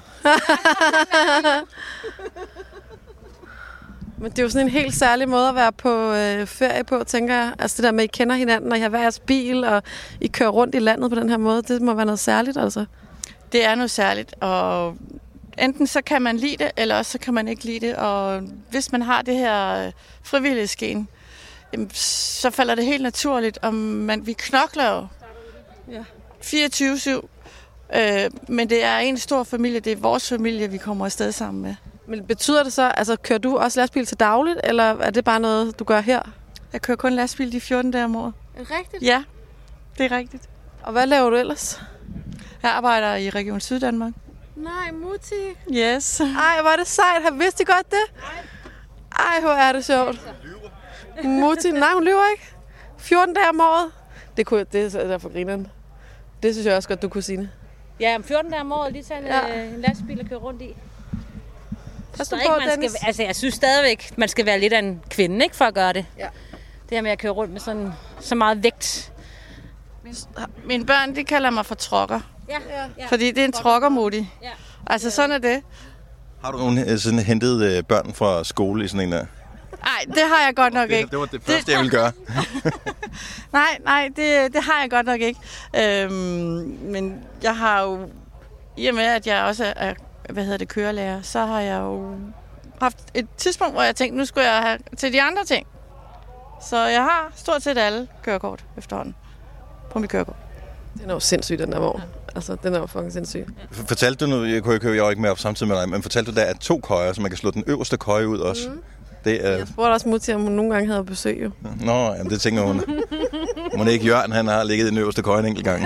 Men det er jo sådan en helt særlig måde at være på øh, ferie på, tænker jeg. Altså det der med, at I kender hinanden, og I har hver jeres bil, og I kører rundt i landet på den her måde. Det må være noget særligt, altså. Det er noget særligt, og enten så kan man lide det, eller også så kan man ikke lide det. Og hvis man har det her frivilligheden, så falder det helt naturligt. Og man, vi knokler jo fireogtyve syv, øh, men det er en stor familie. Det er vores familie, vi kommer afsted sammen med. Men betyder det så, altså kører du også lastbil til dagligt, eller er det bare noget, du gør her? Jeg kører kun lastbil de fjorten dage om året. Er det rigtigt? Ja, det er rigtigt. Og hvad laver du ellers? Jeg arbejder i Region Syddanmark. Nej, Mutti. Yes. Ej, hvor er det sejt. Har vidst I godt det? Ej, hvor er det sjovt. Mutti, nej, hun lyver ikke. fjorten dage om året. Det, kunne, det er for grineren. Det synes jeg også godt, du kunne sige. Ja, om fjorten dage om året lige tage en, ja. en lastbil og køre rundt i. Pas Så på, ikke, man skal, altså, jeg synes stadigvæk, man skal være lidt af en kvinde, ikke, for at gøre det. Ja. Det her med at køre rundt med sådan, så meget vægt. Min, mine børn, de kalder mig for trokker. Ja. Ja. Fordi det er en trokkermutti. Ja. Altså, sådan er det. Har du nogen sådan hentet børn fra skole i sådan en der? Nej, det har jeg godt nok det, ikke. Det var det første, det... jeg ville gøre. nej, nej, det, det har jeg godt nok ikke. Øhm, men jeg har jo, i og med at jeg også er, hvad hedder det, kørelærer, så har jeg jo haft et tidspunkt, hvor jeg tænkte, nu skulle jeg have til de andre ting. Så jeg har stort set alle kørekort efterhånden på mit kørekort. Den er jo sindssyg, den der vogn. Altså, den er jo fucking sindssyg. Fortalte du nu, jeg kunne jo ikke med op samtidig med dig, men fortalte du, der er to køjer, så man kan slå den øverste køje ud også? Mm. Det er... Jeg spurgte også Mutti, om hun nogle gange havde besøg, jo. Nå, jamen, det tænker hun. Må det ikke Jørgen, han har ligget i den øverste køje en enkelt gang.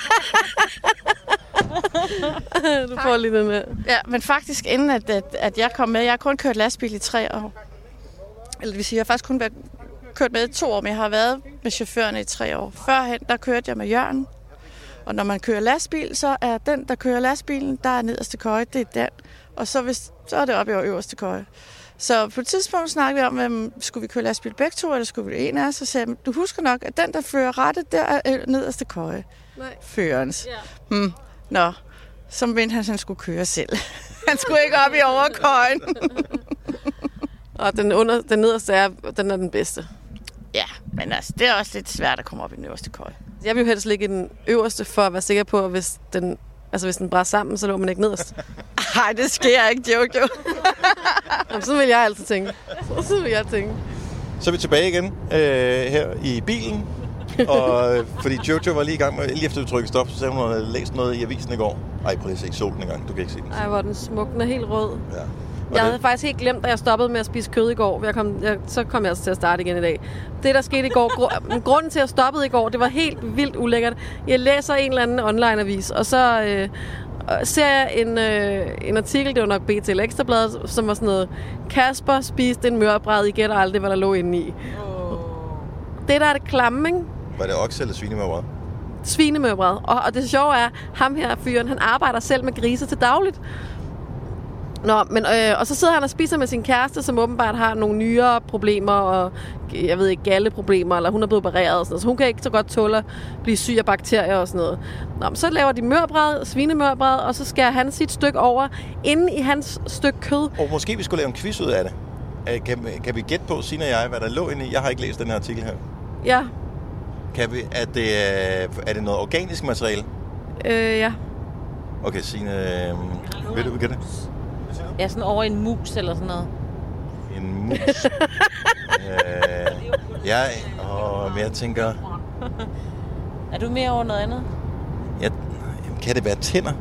Du får lige den her. Ja, men faktisk inden at, at, at jeg kom med, jeg har kun kørt lastbil i tre år. Eller det vil sige, jeg har faktisk kun været, kørt med i to år, men jeg har været med chaufførerne i tre år. Førhen, der kørte jeg med Jørgen. Og når man kører lastbil, så er den, der kører lastbilen, der er nederste køje, det er den. Og så, hvis, så er det oppe i øverste køje. Så på et tidspunkt snakkede vi om, hvem skulle vi køre lastbil begge to, eller skulle vi en af os? Så sagde jeg, du husker nok, at den, der fører rettet, der er nederste køje. Nej. Førerens. Yeah. Hmm. Nå. så mente han, at han skulle køre selv. Han skulle ikke op i overkøjen. Og den, under, den nederste er, den er den bedste. Ja, men altså, det er også lidt svært at komme op i den øverste køje. Jeg vil jo helst ligge i den øverste, for at være sikker på, at hvis den, altså hvis den brænder sammen, så lå man ikke nederst. Nej, det sker ikke, Jojo. Jamen, sådan vil jeg altid tænke. Sådan vil jeg tænke. Så er vi tilbage igen øh, her i bilen. Og fordi Jojo var lige i gang med, lige efter vi trykkede stop, så sagde hun, at hun havde læst noget i avisen i går. Ej, prøv lige at se solen en gang. Du kan ikke se den. Ej, hvor den smuk. Den er helt rød. Ja. Jeg havde faktisk helt glemt, at jeg stoppede med at spise kød i går. Jeg kom, jeg, så kom jeg altså til at starte igen i dag. Det, der skete i går, gr- grunden til, at jeg stoppede i går, det var helt vildt ulækkert. Jeg læser en eller anden online-avis, og så øh, ser jeg en, øh, en artikel, det var nok B T eller Ekstrabladet, som var sådan noget, Kasper spiste en mørbræd, I gætter aldrig, hvad der lå inde i. Oh. Det der er det klamme, ikke? Var det okse eller svinemørbræd? Svinemørbræd. Og, og det sjove er, ham her fyren, han arbejder selv med grise til dagligt. Nå, men, øh, og så sidder han og spiser med sin kæreste, som åbenbart har nogle nyere problemer, og jeg ved ikke, galleproblemer, eller hun er blevet opereret og sådan noget, så hun kan ikke så godt tåle at blive syg af bakterier og sådan noget. Nå, men så laver de mørbræd, svinemørbræd, og så skærer han sit stykke over inde i hans stykke kød. Og måske vi skulle lave en quiz ud af det. Kan, kan vi gætte på, Signe og jeg, hvad der lå inde i? Jeg har ikke læst den her artikel her. Ja. Kan vi, er, det, er det noget organisk materiale? Øh, ja. Okay, Signe, øh, ved du, hvad det? Ja, sådan over en mus eller sådan noget. En mus? øh, jeg, åh, jeg tænker... Er du mere over noget andet? Jeg, kan det være tænder?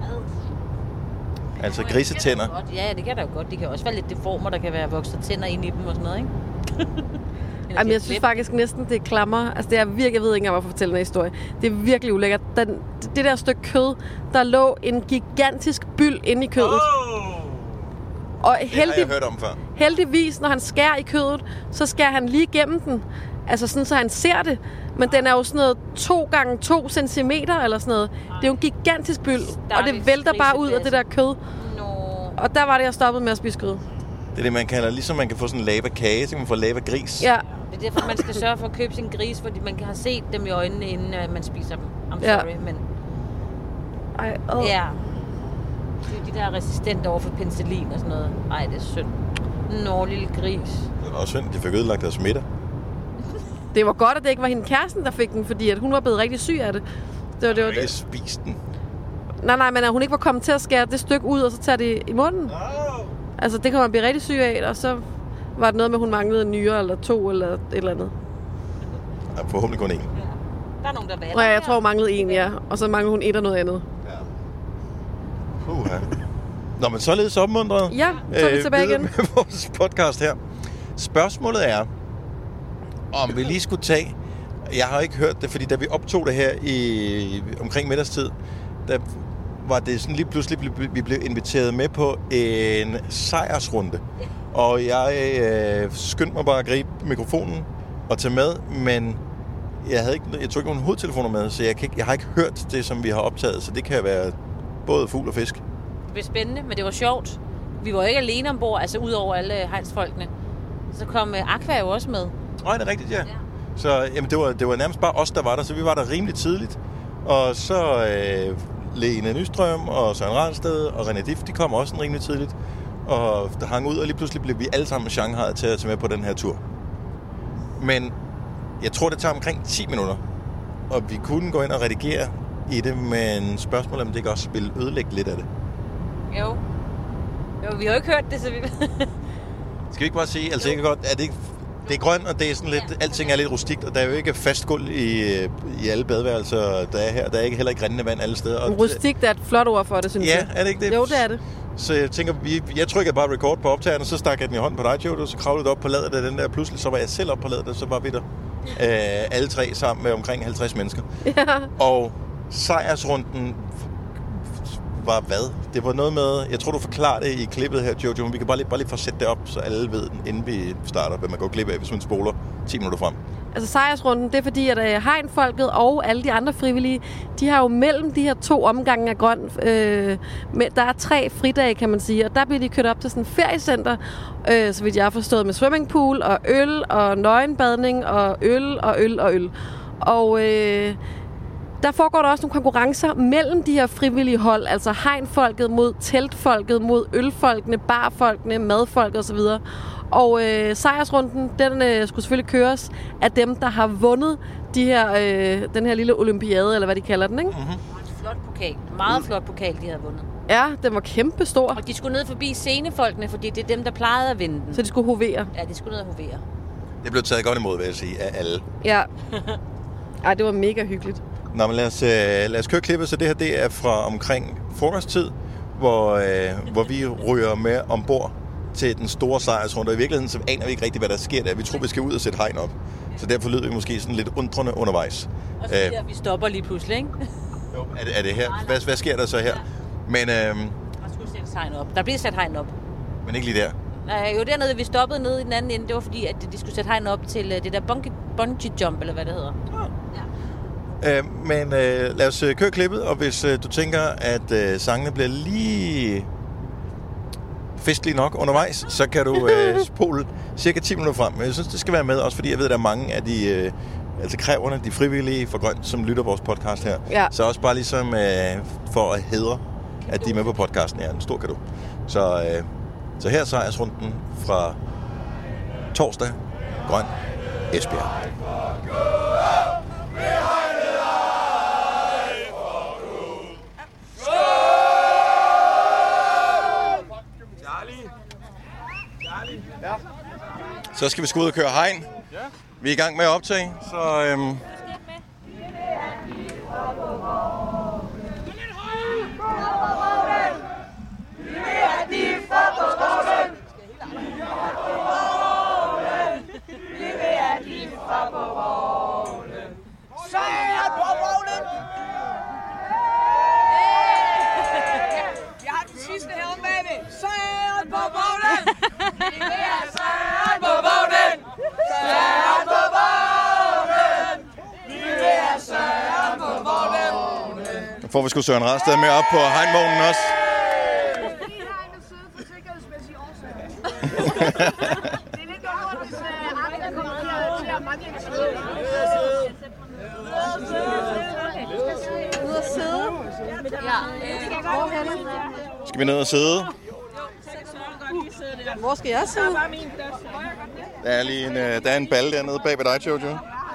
Altså grisetænder? Ja, det kan da jo godt. De kan også være lidt deformer, der kan være vokset tænder ind i dem og sådan noget, ikke? Jamen, jeg synes faktisk næsten, det er klammer. Altså, det er virkelig, jeg ved ikke engang, hvorfor fortælle den historie. Det er virkelig ulækkert. Den, det der stykke kød, der lå en gigantisk byld inde i kødet. Oh! Og heldig, det har jeg hørt om før. Heldigvis, når han skærer i kødet, så skærer han lige igennem den. Altså sådan, så han ser det. Men den er jo sådan noget to gange to centimeter eller sådan noget. Det er jo en gigantisk byld, og det vælter bare ud af det der kød. No. Og der var det, jeg stoppede med at spise kød. Det er det, man kalder, ligesom man kan få sådan en lava-kage, så kan man få lava-gris. Ja. Det er derfor, man skal sørge for at købe sin gris, fordi man kan have set dem i øjnene, inden man spiser dem. I'm sorry, ja. men... Ej, oh. Ja. Det er de, der er resistente over for penicillin og sådan noget. Ej, det er synd. Nå, lille gris. Det er også synd, de fik ødelagt deres middag. Det var godt, at det ikke var hende kæresten, der fik den, fordi at hun var blevet rigtig syg af det. Det var, det var ikke spist den. Nej, nej, men at hun ikke var kommet til at skære det stykke ud, og så tage det i munden. No. Altså, det kan man blive rigtig syg af, og så var det noget med, at hun manglede en nyre eller to, eller et eller andet. Ja, forhåbentlig kun én. Ja. Der er nogen, der valgte. Nej, jeg tror, hun manglede en, ja. Og så manglede hun et og noget andet. Ja. Puha. Nå, men således opmuntret. Ja, så er vi tilbage igen. Med vores podcast her. Spørgsmålet er, om vi lige skulle tage... Jeg har ikke hørt det, fordi da vi optog det her i omkring middagstid, der var det sådan lige pludselig, vi blev inviteret med på en sejrsrunde. Og jeg øh, skyndte mig bare at gribe mikrofonen og tage med, men jeg, havde ikke, jeg tog ikke nogen hovedtelefoner med, så jeg, kan ikke, jeg har ikke hørt det, som vi har optaget, så det kan være både fugl og fisk. Det blev spændende, men det var sjovt. Vi var ikke alene ombord, altså ud over alle hegnsfolkene. Så kom Aqua jo også med. Nej, det er rigtigt, ja. ja. Så jamen, det, var, det var nærmest bare os, der var der, så vi var der rimelig tidligt. Og så øh, Lene Nystrøm og Søren Ransted og René Diff, de kom også rimelig tidligt. Og der hang ud, og lige pludselig blev vi alle sammen i Shanghai til at tage med på den her tur. Men jeg tror, det tager omkring ti minutter. Og vi kunne gå ind og redigere i det, men spørgsmålet er, om det ikke også ville ødelægge lidt af det. Jo. Jo, vi har jo ikke hørt det, så vi... Skal vi ikke bare sige, altså ikke godt, er det ikke... Det er grønt, og det er sådan lidt, alting er lidt rustikt, og der er jo ikke fast gulv i, i alle badeværelser, der er her. Der er ikke, heller ikke rindende vand alle steder. Og rustikt er et flot ord for det, synes ja, jeg. Ja, er det ikke det? Jo, det er det. Så jeg tænker, vi, jeg trykker bare record på optageren, og så stak jeg den i hånden på dig, Joe, og så kravlede det op på ladet af den der. Pludselig så var jeg selv op på ladet, og så var vi der øh, alle tre sammen med omkring halvtreds mennesker. Ja. Og sejrsrunden var hvad? Det var noget med, jeg tror du forklarer det i klippet her, Jojo, men vi kan bare lige, bare lige få sætte det op, så alle ved, inden vi starter, hvad man går glip af, hvis man spoler ti minutter frem. Altså sejrsrunden, det er fordi, at Hegn-folket og alle de andre frivillige, de har jo mellem de her to omgange af grøn, øh, med, der er tre fridage, kan man sige, og der bliver de kørt op til sådan et feriecenter, øh, så vidt jeg har forstået, med swimmingpool og øl og nøgenbadning og øl og øl og øl. Og øh, der foregår der også nogle konkurrencer mellem de her frivillige hold, altså hegnfolket mod teltfolket, mod ølfolkene, barfolkene, madfolket osv. Og øh, sejrsrunden, den øh, skulle selvfølgelig køres af dem, der har vundet de her, øh, den her lille olympiade, eller hvad de kalder den, ikke? Mm-hmm. Flot pokal. Meget flot pokal, de havde vundet. Ja, den var kæmpe stor. Og de skulle ned forbi scenefolkene, fordi det er dem, der plejede at vinde den. Så de skulle hovere? Ja, de skulle ned og hovere. Det blev taget godt imod, vil jeg sige, af alle. Ja. Ej, det var mega hyggeligt. Nå, men lad os, øh, lad os køre klippet, så det her det er fra omkring frokosttid, hvor, øh, hvor vi ryger med ombord til den store sejrsrunde. Og i virkeligheden så aner vi ikke rigtigt, hvad der sker der. Vi tror, vi skal ud og sætte hegn op. Så derfor lyder vi måske sådan lidt undrende undervejs. Og så øh, der, vi stopper lige pludselig, ikke? Jo, er det, er det her? Hvad, hvad sker der så her? Men, øh, der skulle sættes hegn op. Der bliver sat hegn op. Men ikke lige der? Nej, jo dernede, vi stoppede nede i den anden ende. Det var fordi, at de skulle sætte hegn op til det der bungee, bungee jump, eller hvad det hedder. Ja. Øh, men øh, lad os øh, køre klippet, og hvis øh, du tænker, at øh, sangene bliver lige festlige nok undervejs, så kan du øh, spole cirka ti minutter frem. Men jeg synes, det skal være med, også fordi jeg ved, at der er mange af de øh, altså kræverne, de frivillige for Grønt, som lytter vores podcast her. Ja. Så også bare ligesom øh, for at hædre, at de er med på podcasten. Ja, en stor kado. Så, øh, så her er sejrsrunden fra torsdag. Grøn, Esbjerg. Så skal vi sgu ud og køre hegn. Vi er i gang med at optage, så øhm... Jeg har den sidste her om bagved. Sejren på vognen! Vi vil have sejren på vognen! Sejren på vognen! Vi vil have sejren på vognen! Nu får vi sgu Søren Rasted med op på hegnvognen også. Det er lidt godt, hvis andre kommer til at mangle en tid. Ud og sidde. Ja. Skal vi ned og sidde? Hvor skal jeg sidde? Der er lige en, der er en balle dernede bag ved dig, Jojo.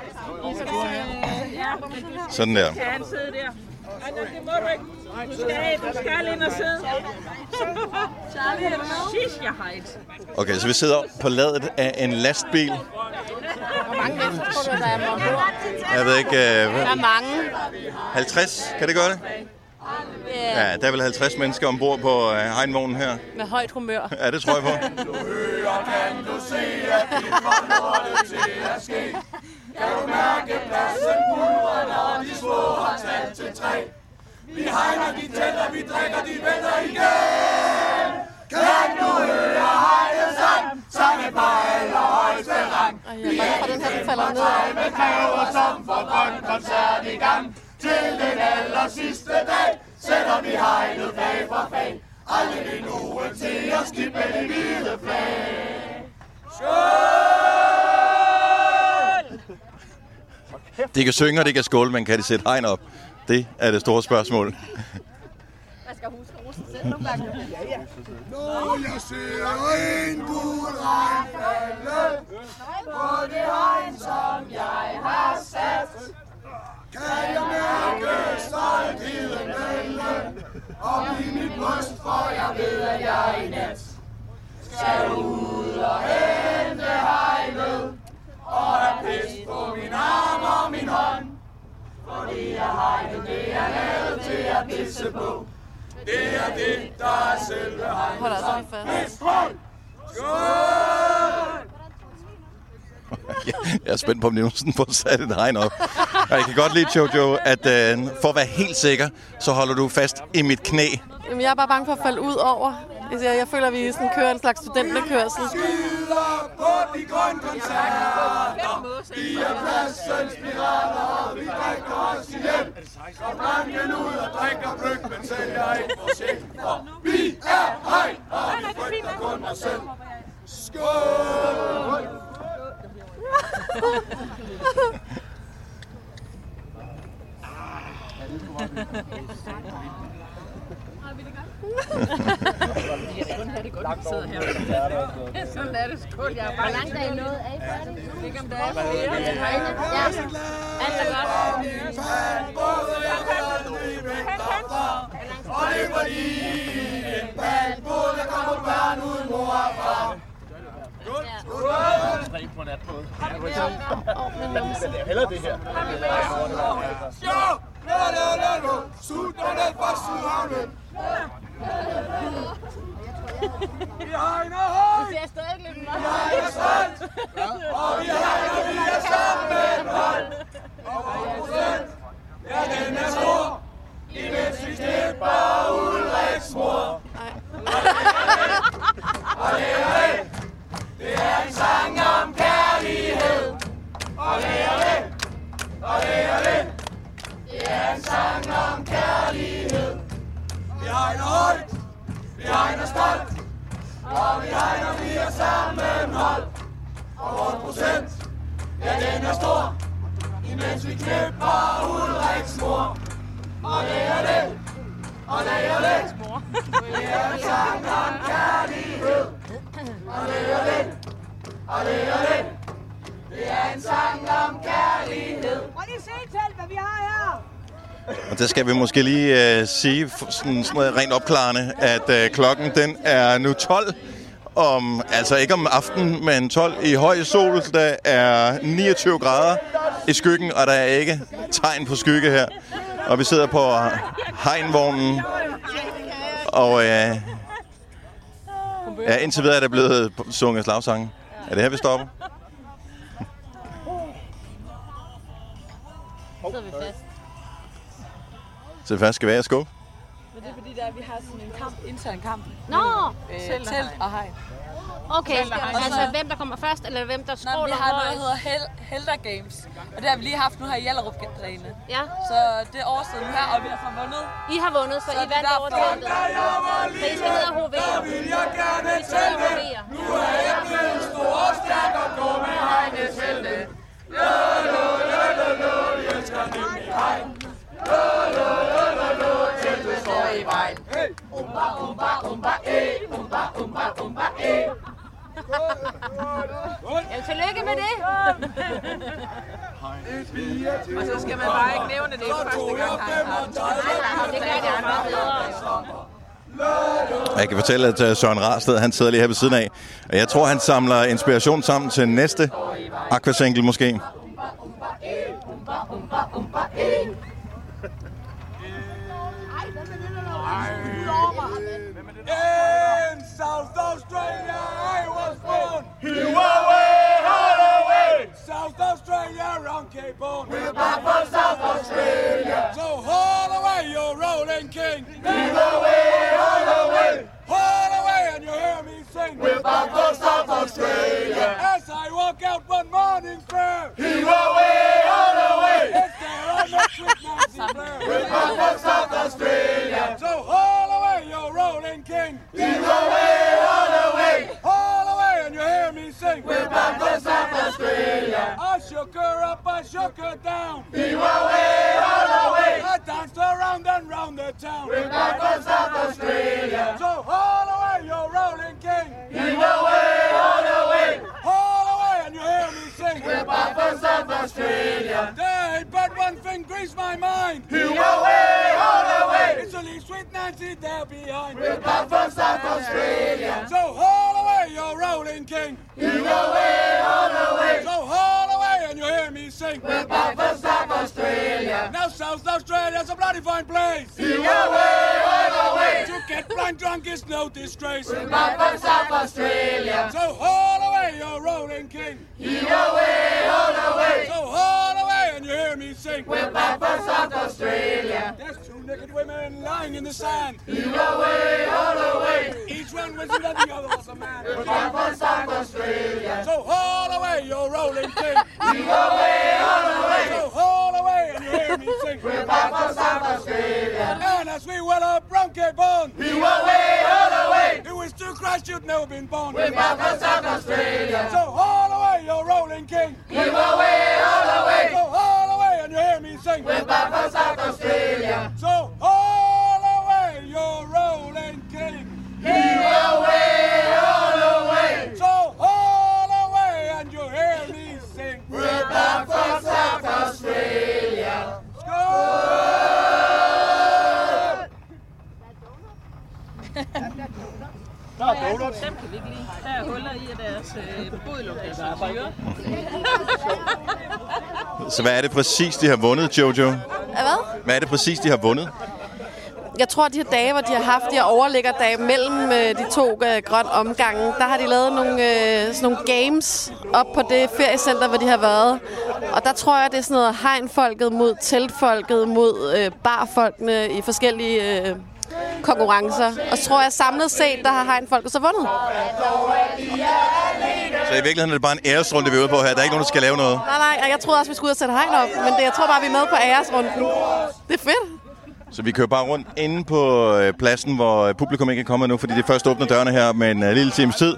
Sådan der. Kan han sidde der? Det må du ikke. Du skal, du skal ind og sidde. Charlie, er du med? Shish, jeg hejt. Okay, så vi sidder på ladet af en lastbil. Hvor mange mennesker tror du, der er med ombord? Jeg ved ikke... Uh, der er mange. halvtreds, kan det gøre det? Yeah. Ja, der er vel halvtreds mennesker ombord på uh, hegnvognen her. Med højt humør. Ja, det tror jeg på. Kan du høre, kan du se, at det kommer det til at ske? Kan du mærke pladsen buldre, når de små har talt til tre? Vi hegner, de tæller, vi drikker, de vender igen. Kan du høre hegnet sang? Sange på allerhøjeste rang. Vi er den her, falder ned. Med kræver som for grøn koncert i gang. Til den aller sidste dag sætter vi hegnet fag for fag. Aldrig endnu til at skippe det hvide flag. Skål! De kan synge, og de kan skåle, men kan de sætte hegn op? Det er det store spørgsmål. Hvad skal huske at rose selv nogle gange? Ja, ja. Når jeg ser en gul regn falde på det hegn, som jeg har sat, kan jeg mærke stoltheden vælge op i mit bryst, for jeg ved, at jeg i nat skal ud og hente hegnet, og der pis på min arm og min hånd. Fordi jeg hegnet, det er lavet til at pisse på. Det er det, der er selve hegnet. Hold altså fast. Skål! Skål! Jeg er spændt på, om Nielsen får sat et hegn op. Og jeg kan godt lide, Jojo, at øh, for at være helt sikker, så holder du fast i mit knæ. Jamen, jeg er bare bange for at falde ud over. Jeg føler, at vi sådan kører en slags studenterkørsel. Skider på de grønne koncerter. Vi er pladsens pirater, og vi drikker os hjem. Så blanken ud og drikker gløk, men sælger ikke vores sjæl. For vi er hegn, og vi frygter kun os selv. Skål! kun have det godt, at vi sidder her. Sådan er det. Skål, jeg er bare. Hvor langt er I nået? Er I færdige? Ikke om der er flere. Ja. Alt er godt. Og det er fordi en bandbåd, der kommer børn uden mor og far. Godt. Tre på natbåd. Men det er heller det her. Jo! La la la la! Sutterne fra Sydhavnen! Vi hegner højt! Du ser stadig lidt meget. Vi hegner stolt! Og vi hegner, vi er sammen med et hold! Og vores procent, ja den er stor! Imens vi knipper Ulriks mor! Og det er det! Det er en sang om kærlighed! Og det er det! Og det er det! Det er en sang om kærlighed. Vi hegner højt, vi hegner stolt, og vi hegner, vi er sammen hold. Og vores procent, ja den er stor, imens vi knipper Ulriks mor. Og det er det, og det er det, det er en sang om kærlighed. Og det er det, og det er det, det er en sang om kærlighed. Prøv lige se til, hvad vi har her. Og det skal vi måske lige uh, sige sådan, sådan rent opklarende, at uh, klokken den er nu tolv. Om, altså ikke om aftenen, men tolv i høj sol. Der er niogtyve grader i skyggen, og der er ikke tegn på skygge her. Og vi sidder på hegnvognen. Og uh, ja, indtil videre er der blevet sunget slagsange. Er det her, vi stopper? Så er vi fast. Så først skal være at skubbe. Men det er fordi, der, vi har sådan en kamp, intern kamp. Nå! Øh, telt og hegn. Okay, altså hvem der kommer først, eller hvem der skråler højst? Vi har noget, der hedder Hel- Helder Games. Og det har vi lige haft nu her i Hjallerup-grenene. Ja. Så det er overstået nu her, og vi har så vundet. I har vundet, så, så I vandt over teltet. Så I skal ned og hovere. vil jeg gerne tælle. Nu er jeg blevet stor og stærk og går med hegnet telte. Lå, lå, lå, lå, lå, jeg elsker nemlig hegn. Lå, lå, lå, lå, lå, teltet står i vejen. Umba, umba, umba, e, umba, umba, umba, e. Ja, tillykke med det. Og så skal man bare ikke nævne det første gang, han har det. Det gør det andre bedre. Jeg kan fortælle, at Søren Rarsted, han sidder lige her ved siden af. Og jeg tror, han samler inspiration sammen til næste Aquasingle måske. In South Australia I was born. Hiwaway, Holloway. South Australia round Cape Horn. We're back from South Australia. So haul away your rolling king. Hiwaway, Holloway. Haul away and you hear me sing. We're back from South Australia. As I walk out one morning fair. Hiwaway, Holloway. It's there on the sweet Nancy Blair. We're back from South Australia. So haul away your rolling king. Hiwaway, Holloway. Haul away and you hear me sing. We're back from South Australia. I shook her up, I shook her down. Hiwaway, Holloway. I danced around and round the town. We're back from South Australia. So haul away your rolling king. Hiwaway, Holloway. Haul away and you hear me sing. We're back from South Australia. There ain't but one thing grease my mind. Hiwaway, Holloway. It's only sweet Nancy there behind. We're back from South Australia. So haul away your rolling king. Hiwaway, Holloway. So haul away and you hear me sing. We're back from South Australia. Now South Australia's a bloody fine place. Hiwaway, Holloway. To get blind drunk is no disgrace. We're back from South Australia. So haul away your rolling king. Hiwaway, Holloway. So haul away and you hear me sing. We're back from South Australia. There's two naked women lying in the sand. Hiwaway, Holloway. Each one was that the other was a man. We're back from South Australia. So haul away your rolling king. Hiwaway, Holloway. So haul away and you hear me sing. We're back from South Australia. And as we well up round Cape Horn. Hiwaway, Holloway. It was to Christ you'd never been born. We're back from South Australia. So haul away your rolling king. Hiwaway, Holloway. So haul away and you hear me sing. We're back from South Australia. So vi ikke lige? Der er huller i, at deres øh, bodlokale er syre. Så hvad er det præcis, de har vundet, Jojo? Hvad? Hvad er det præcis, de har vundet? Jeg tror, de her dage, hvor de har haft de her overliggerdage mellem øh, de to øh, grønne omgange, der har de lavet nogle, øh, sådan nogle games op på det feriecenter, hvor de har været. Og der tror jeg, det er sådan noget hegnfolket mod teltfolket mod øh, barfolkene i forskellige øh, konkurrencer. Og så tror jeg, samlet set, der har hegnfolket så vundet. Så i virkeligheden er det bare en æresrunde, vi er ude på her. Der er ikke nogen, der skal lave noget. Nej, nej, jeg troede også, vi skulle ud og sætte hegn op. Men det, jeg tror bare, vi er med på æresrunden. Det er fedt. Så vi kører bare rundt inde på øh, pladsen, hvor publikum ikke er kommet nu, fordi de først åbner dørene her med en øh, lille times tid.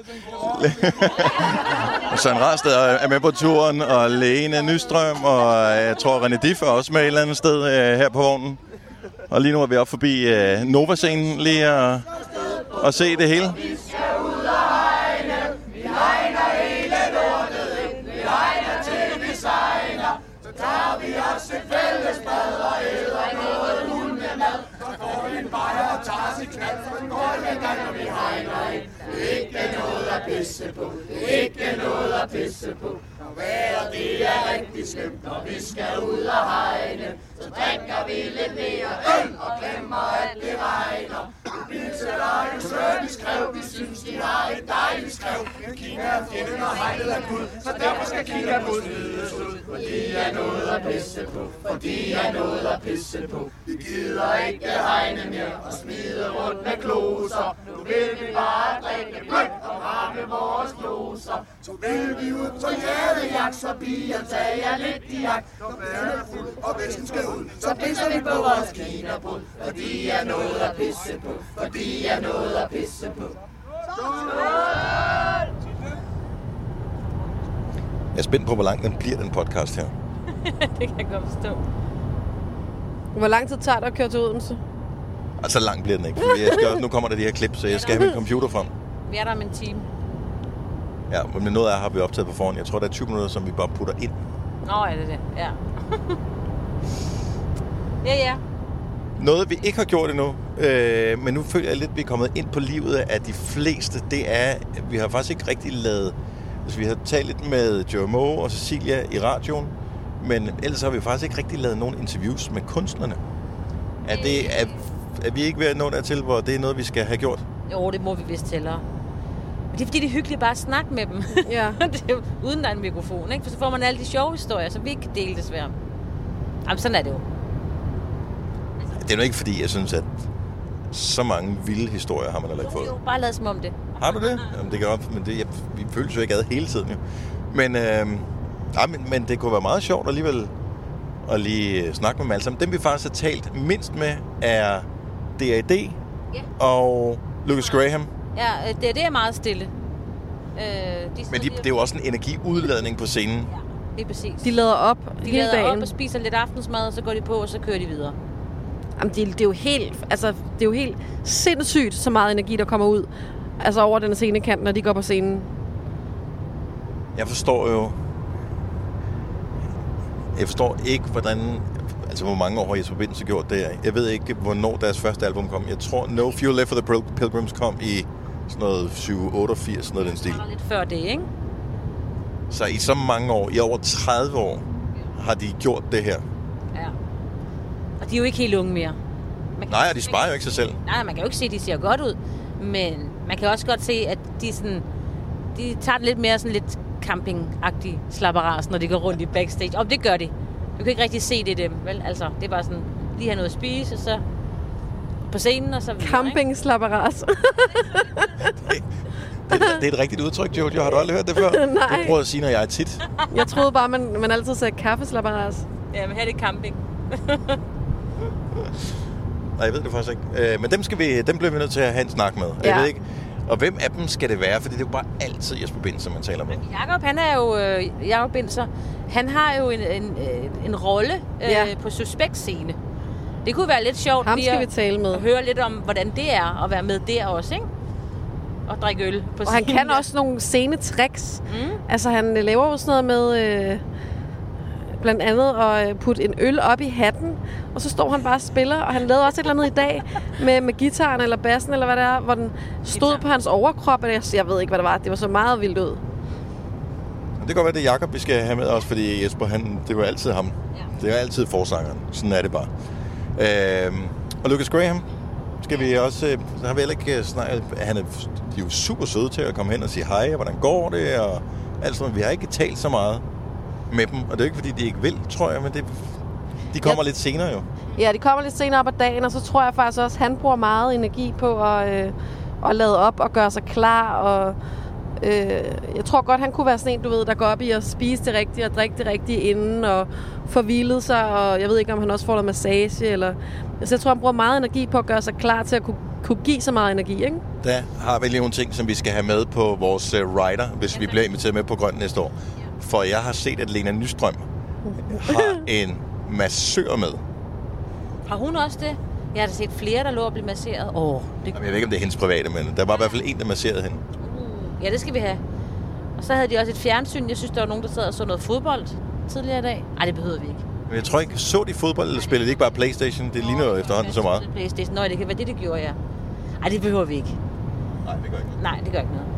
Søren Rasted er med på turen, og Lene Nystrøm, og øh, jeg tror René Diff er også med et eller andet sted øh, her på vognen. Og lige nu er vi oppe forbi øh, Nova-scenen lige og, og se det hele. Vi skal ud og hegne, vi hegner hele lortet ind, vi hegner til vi sejler. Så tager vi os et fælles bad og æder noget hundemad. Så går vi en bajer og tager sit knald, for den går ikke gang, når vi hegner ind. Det er ikke noget at pisse på, det er ikke noget at pisse på. Når vejret det er rigtig slemt, når vi skal ud og hegne, så drikker vi lidt mere øl og glemmer, at det regner. Bilse der en sønne skrev, vi synes, de har et dejligt skrev. Men Kina er fjenden og hegnet er Gud, så derfor skal Kina på smides ud. For de er noget at pisse på, for de er noget at pisse på. Vi gider ikke hegne mere og smide rundt med kloser. Nu vil vi bare drikke blødt og ramme vores kloser. Så vil vi ud på jædejagt, så bier tager lidt i jagt. Når bæren er fuld og væsken skal ud, så pisser vi på vores kinabrud. For de er noget at pisse på, for de er noget at pisse på. Jeg er spændt på, hvor lang den bliver, den podcast her. Det kan jeg godt forstå. Hvor lang tid tager det at køre til Odense? Altså langt bliver den ikke, for jeg skal, nu kommer der de her klip, så jeg skal have min computer frem. Vi er der om en time. Ja, men noget af har vi optaget på forhånd. Jeg tror, der er tyve minutter, som vi bare putter ind. Nå, er det det? Ja. ja, ja. Noget, vi ikke har gjort endnu, øh, men nu føler jeg lidt, at vi er kommet ind på livet af de fleste, det er, vi har faktisk ikke rigtig lavet... Altså, vi har talt lidt med Joe Moe og Cecilia i radioen, men ellers har vi faktisk ikke rigtig lavet nogen interviews med kunstnerne. Er, det, er, er vi ikke ved at nå dertil, hvor det er noget, vi skal have gjort? Jo, det må vi vist tællere. Men det er fordi, det er hyggeligt bare at snakke med dem. Ja. Det er jo, uden der er en mikrofon, ikke? For så får man alle de sjove historier, som vi ikke kan dele desværre. Jamen, sådan er det jo. Det er jo ikke fordi, jeg synes, at så mange vilde historier har man heller ikke fået. Jo, bare lad som om det. Har du det? Jamen, det kan godt, men det, jeg, vi føles jo ikke ad hele tiden, jo. Men, øh, nej, men, men det kunne være meget sjovt alligevel at lige snakke med dem alle sammen. Dem, vi faktisk har talt mindst med, er D A D ja. og Lucas Graham. Ja, det, det er meget stille. Øh, de men de, det er jo også en energiudladning på scenen. Ja, det er præcis. De lader op de hele lader dagen. op og spiser lidt aftensmad, og så går de på, og så kører de videre. Jamen, det, det er jo helt, altså, det er jo helt sindssygt, så meget energi, der kommer ud. Altså over den scenekant, når de går på scenen. Jeg forstår jo... Jeg forstår ikke, hvordan... Altså, hvor mange år har Jesper Binds gjort det? Jeg ved ikke, hvornår deres første album kom. Jeg tror, No Fuel Left for the Pilgrims kom i sådan noget syv otteogfirs, sådan noget den stil. Lidt før det, ikke? Så i så mange år, i over tredive år, har de gjort det her. Ja. Og de er jo ikke helt unge mere. Nej, og de sparer jo ikke sig selv. Nej, man kan jo ikke se, at de ser godt ud. Men man kan også godt se, at de sådan... De tager lidt mere sådan lidt camping-agtig slapperas, når de går rundt i backstage. Og det gør de. Du kan ikke rigtig se det dem, vel? Altså, det er bare sådan, lige have noget at spise, og så på scenen, og så videre, camping-slapperas. det, det, det er et rigtigt udtryk, Jojo. Har du aldrig hørt det før? Nej. Det prøver at sige, når jeg er tit. Jeg troede bare, man, man altid sagde kaffeslapperas. Ja, men her er det camping. Nej, jeg ved det faktisk ikke. Øh, men dem, skal vi, dem bliver vi nødt til at have en snak med. Ja. Jeg ved ikke. Og hvem af dem skal det være? For det er jo bare altid Jesper Binds, som man taler med. Jakob, han er jo... Øh, Jakob Bindser, han har jo en, en, en rolle øh, ja. på Suspekt-scene. Det kunne være lidt sjovt Ham skal at, vi tale med. at høre lidt om, hvordan det er at være med der også, ikke? Og drikke øl på Og scenen. han kan også nogle scenetricks. Mm. Altså, han laver jo sådan noget med... Øh, blandt andet at putte en øl op i hatten, og så står han bare og spiller, og han lavede også et eller andet i dag med, med gitaren eller bassen, eller hvad det er, hvor den stod Guitar. På hans overkrop, og jeg, jeg ved ikke, hvad det var. Det var så meget vildt ud. Det kan godt være, det er Jakob, vi skal have med os, fordi Jesper, han, det var altid ham. Ja. Det er altid forsangeren. Sådan er det bare. Øhm, og Lucas Graham, skal vi også... Så har vi heller ikke snakket... Han er, de er jo super søde til at komme hen og sige hej, og hvordan går det, og alt sådan. Vi har ikke talt så meget med dem, og det er ikke, fordi de ikke vil, tror jeg, men det, de kommer ja. lidt senere jo. Ja, de kommer lidt senere op ad dagen, og så tror jeg faktisk også, at han bruger meget energi på at, øh, at lade op og gøre sig klar, og øh, jeg tror godt, han kunne være sådan en, du ved, der går op i at spise det rigtige og drikke det rigtige inden, og få hvilet sig, og jeg ved ikke, om han også får noget massage, eller... Så jeg tror, han bruger meget energi på at gøre sig klar til at kunne, kunne give så meget energi, ikke? Der har vi lige nogle ting, som vi skal have med på vores uh, rider, hvis vi bliver inviteret med på Grøn næste år. For jeg har set, at Lena Nystrøm har en massør med. Har hun også det? Jeg har da set flere, der lå og blive masseret. Åh, det... Jamen, jeg ved ikke, om det er hendes private, men der var i hvert fald en, der masserede hende. Uh, ja, det skal vi have. Og så havde de også et fjernsyn. Jeg synes, der var nogen, der sad og så noget fodbold tidligere i dag. Nej, det behøver vi ikke. Men jeg tror ikke, så de fodbold, eller spillede de ikke bare PlayStation? Det ligner jo efterhånden så meget. PlayStation. Nå, det kan være det, det gjorde, ja. Nej, det behøver vi ikke. Nej, det gør ikke noget. Nej, det gør ikke noget.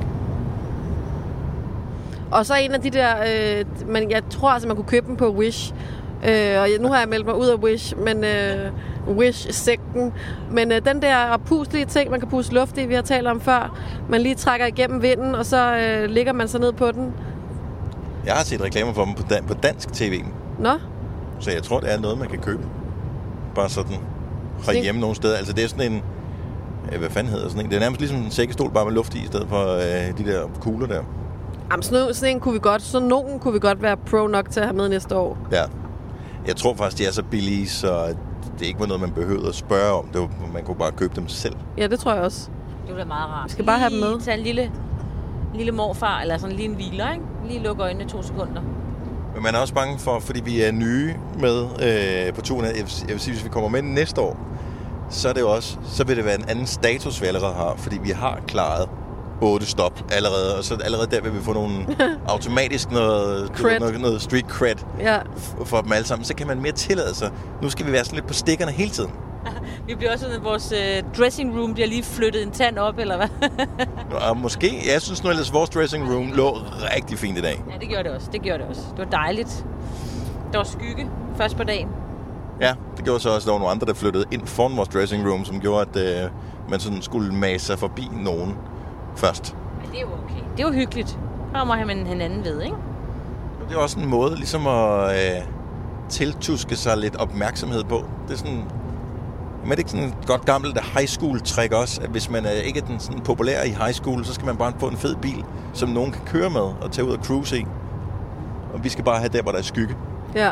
Og så en af de der, øh, men jeg tror altså, man kunne købe dem på Wish. Øh, og nu har jeg meldt mig ud af Wish, men øh, Wish-sekten. Men øh, den der opuslige ting, man kan puste luft i, vi har talt om før, man lige trækker igennem vinden, og så øh, ligger man så ned på den. Jeg har set reklamer for dem på, dan- på dansk tv. Nå? Så jeg tror, det er noget, man kan købe. Bare sådan herhjemme nogle steder. Altså det er sådan en, hvad fanden hedder sådan en? Det er nærmest ligesom en sækkestol, bare med luft i, i stedet for øh, de der kugler der. Jamen sådan, sådan en kunne vi godt, så nogen kunne vi godt være pro nok til at have med næste år. Ja. Jeg tror faktisk, de er så billige, så det ikke var noget, man behøvede at spørge om. Det var, man kunne bare købe dem selv. Ja, det tror jeg også. Det var da meget rart. Vi skal bare have dem med. Tage en lille, lille morfar, eller sådan lige en hviler, ikke? Lige lukke øjnene to sekunder. Men man er også bange for, fordi vi er nye med øh, på turen. Jeg vil, jeg vil sige, hvis vi kommer med næste år, så er det jo også, så vil det være en anden status, vi allerede har. Fordi vi har klaret otte stop allerede, og så allerede der vil vi få nogle automatisk noget, noget, noget street cred ja. for dem alle sammen. Så kan man mere tillade sig. Nu skal vi være sådan lidt på stikkerne hele tiden. Vi bliver også sådan, at vores uh, dressing room bliver lige flyttet en tand op, eller hvad? Og måske. Jeg synes nu ellers, vores dressing room lå rigtig fint i dag. Ja, det gjorde det også. Det gjorde det også. Det var dejligt. Der var skygge først på dagen. Ja, det gjorde så også, at der var nogle andre, der flyttede ind foran vores dressing room, som gjorde, at uh, man sådan skulle mase sig forbi nogen først. Ja, det er jo okay. Det er jo hyggeligt. Der må have man hinanden ved, ikke? Det er også en måde ligesom at uh, tiltuske sig lidt opmærksomhed på. Det er sådan... Men det er ikke sådan et godt gammelt high school trick også, at hvis man er ikke er den sådan populær i high school, så skal man bare få en fed bil, som nogen kan køre med og tage ud og cruise i. Og vi skal bare have der, hvor der er skygge. Ja.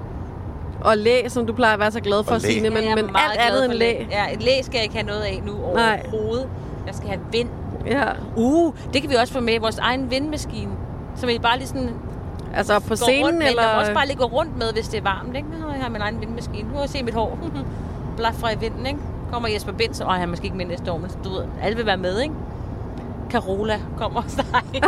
Og læ, som du plejer at være så glad for, Signe, men, ja, men alt andet end læ. Ja, et læ skal jeg ikke have noget af nu overhovedet. Jeg skal have vind. Ja. Uh, det kan vi også få med, vores egen vindmaskine, som vi bare lige sådan... Altså på scenen, rundt, eller... Men også bare lige gå rundt med, hvis det er varmt, ikke? Nu har jeg min egen vindmaskine. Nu har jeg set mit hår. Blaf fra i vinden, ikke? Kommer Jesper Binds, og han er måske ikke med næste år, men du ved, alle vil være med, ikke? Carola kommer også dig.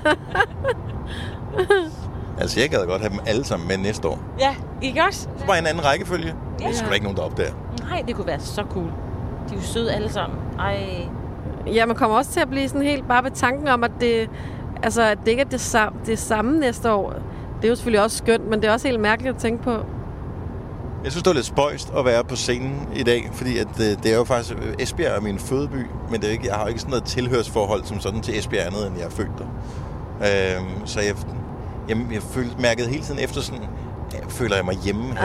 Altså, jeg gad godt have dem alle sammen med næste år. Ja, ikke også? Så bare en anden rækkefølge. Ja. Det er sgu ikke nogen, der opdager. Nej, det kunne være så cool. De er jo søde alle sammen. Ej. Ja, man kommer også til at blive sådan helt bare ved tanken om, at det, altså, at det ikke er det samme, det samme næste år. Det er jo selvfølgelig også skønt, men det er også helt mærkeligt at tænke på. Jeg synes, det er lidt spøjst at være på scenen i dag, fordi at det, det er jo faktisk... Esbjerg er min fødeby, men det er ikke, jeg har jo ikke sådan noget tilhørsforhold som sådan til Esbjerg andet, end jeg er født der. Øhm, så jeg, jeg, jeg følte, mærkede hele tiden efter sådan... Jeg føler jeg mig hjemme her.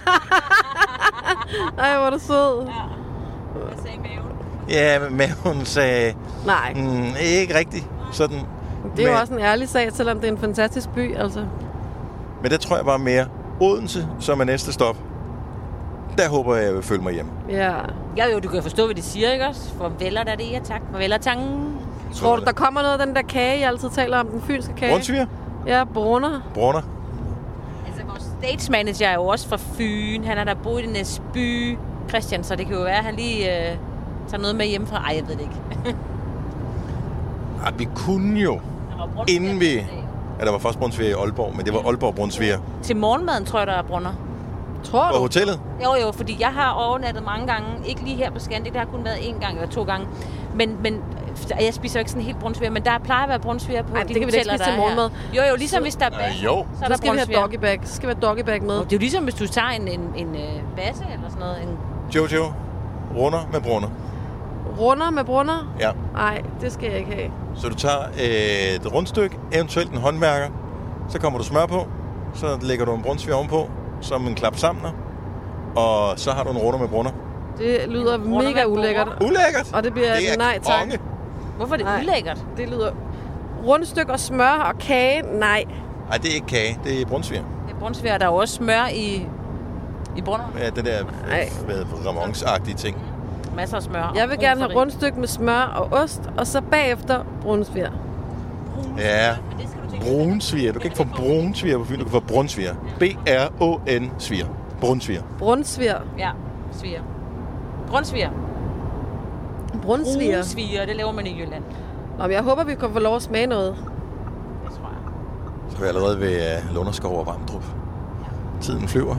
Ej, hvor er du sød. Ja. Hvad sagde maven? Ja, maven sagde... Nej. Mm, ikke rigtigt. Sådan. Det er men, jo også en ærlig sag, selvom det er en fantastisk by, altså. Men det tror jeg bare mere... Odense, som er næste stop. Der håber jeg, jeg vil følge mig hjem. Ja. Ja, jo, du kan forstå, hvad de siger, ikke også? Farveler, der er det, ja tak. Farveler, tangen. Tror du, der kommer noget af den der kage, jeg altid taler om, den fynske kage? Brunsviger? Ja, brunner. Brunner. Altså, vores stage manager er jo også fra Fyn. Han har der boet i Næsby, Christian, så det kan jo være, at han lige øh, tager noget med hjemmefra. Ej, jeg ved det ikke. Ej, vi kunne jo, inden vi, Ja, der var først brunsviger i Aalborg, men det var Aalborg brunsviger. Til morgenmaden tror jeg, der er brunner. Tror du? På hotellet? Jo, jo, fordi jeg har overnattet mange gange. Ikke lige her på Scandic, det har kun været én gang eller to gange. Men, men jeg spiser jo ikke sådan helt brunsviger, men der plejer at være brunsviger på Ej, de det kan vi hoteller, ikke spise til morgenmad. Jo, jo, ligesom hvis der er basse, jo. så er der så skal vi have doggybag. Så skal vi have doggybag med. Det er jo ligesom, hvis du tager en, en, en uh, basse eller sådan noget. En... Jojo, runder med brunner. Runder med brunner? Ja. Nej, det skal jeg ikke have. Så du tager øh, et rundstykke, eventuelt en håndværker, så kommer du smør på, så lægger du en brunsviger ovenpå, som en klap samler, og så har du en runder med brunner. Det lyder mega ulækkert. Ulækkert? Og det bliver det er nej tak. konge. Hvorfor er det nej. ulækkert? Det lyder rundstykke og smør og kage. Nej. Nej, det er ikke kage, det er brunsviger. Det er brunsviger, der er jo også smør i, i brunner. Ja, det der med ramonsagtige ting. Masser af smør. Jeg vil gerne have rundstykke med smør og ost, og så bagefter brunsviger. Ja, brunsviger. Du kan ikke få brunsviger på Fyn, du kan få brunsviger. B R O N sviger. Brunsviger. Brunsviger. Ja, sviger. Brunsviger. Brunsviger. Brunsviger, det laver man i Jylland. Nå, men jeg håber, vi kan få lov at smage noget. Det tror jeg. Så er vi allerede ved uh, Lunderskov og Vamdrup. Tiden flyver.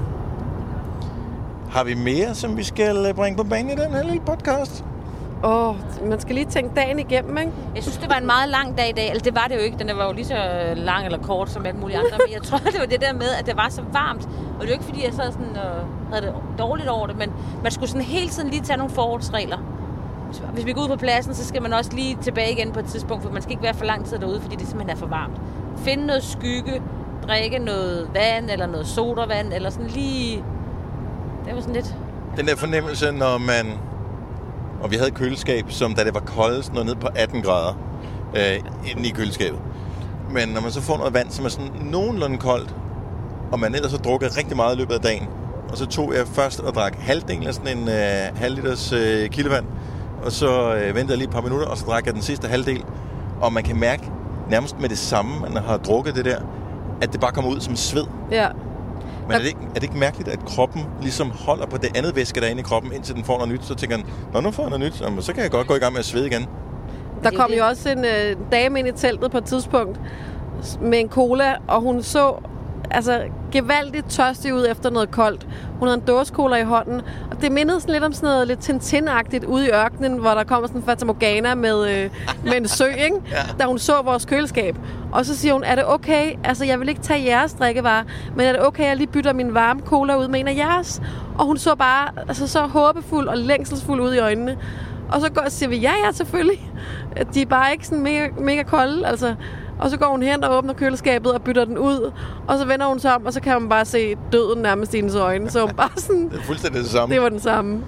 Har vi mere, som vi skal bringe på banen i den her lille podcast? Åh, oh, man skal lige tænke dagen igennem, ikke? Jeg synes, det var en meget lang dag i dag. Altså, det var det jo ikke. Den var jo lige så lang eller kort som alle mulige andre. Men jeg tror, det var det der med, at det var så varmt. Og det var jo ikke, fordi jeg sad sådan og havde det dårligt over det. Men man skulle sådan hele tiden lige tage nogle forholdsregler. Hvis vi går ud på pladsen, så skal man også lige tilbage igen på et tidspunkt. For man skal ikke være for lang tid derude, fordi det simpelthen er for varmt. Finde noget skygge, drikke noget vand eller noget sodavand. Eller sådan lige... Det var sådan lidt... Den der fornemmelse, når man... Og vi havde et køleskab, som da det var koldest, nåede ned på atten grader øh, inde i køleskabet. Men når man så får noget vand, som er sådan nogenlunde koldt, og man ellers har drukket rigtig meget i løbet af dagen, og så tog jeg først og drak halvdelen af sådan en øh, halv liters øh, kildevand, og så øh, ventede jeg lige et par minutter, og så drak jeg den sidste halvdel. Og man kan mærke nærmest med det samme, man har drukket det der, at det bare kommer ud som sved. Ja. Men er det, ikke, er det ikke mærkeligt, at kroppen ligesom holder på det andet væske, der er inde i kroppen, indtil den får noget nyt? Så tænker den, nå, nu får jeg noget nyt, jamen, så kan jeg godt gå i gang med at svede igen. Der kom jo også en øh, dame ind i teltet på et tidspunkt med en cola, og hun så altså gevaldigt tørstig ud efter noget koldt. Hun havde en dåse cola i hånden, og det mindede sådan lidt om sådan noget lidt Tintin-agtigt ude i ørkenen, hvor der kommer sådan en Fata Morgana med, øh, med en sø, ikke? Ja. Da hun så vores køleskab. Og så siger hun, er det okay? Altså, jeg vil ikke tage jeres drikkevarer, men er det okay, at jeg lige bytter min varme cola ud med en af jeres? Og hun så bare altså, så håbefuld og længselsfuld ud i øjnene. Og så går, siger vi, ja, ja, selvfølgelig. De er bare ikke sådan mega, mega kolde, altså. Og så går hun hen og åbner køleskabet og bytter den ud. Og så vender hun sig om, og så kan hun bare se døden nærmest i hendes øjne. Så hun bare sådan... Det er fuldstændig det samme. Det var den samme.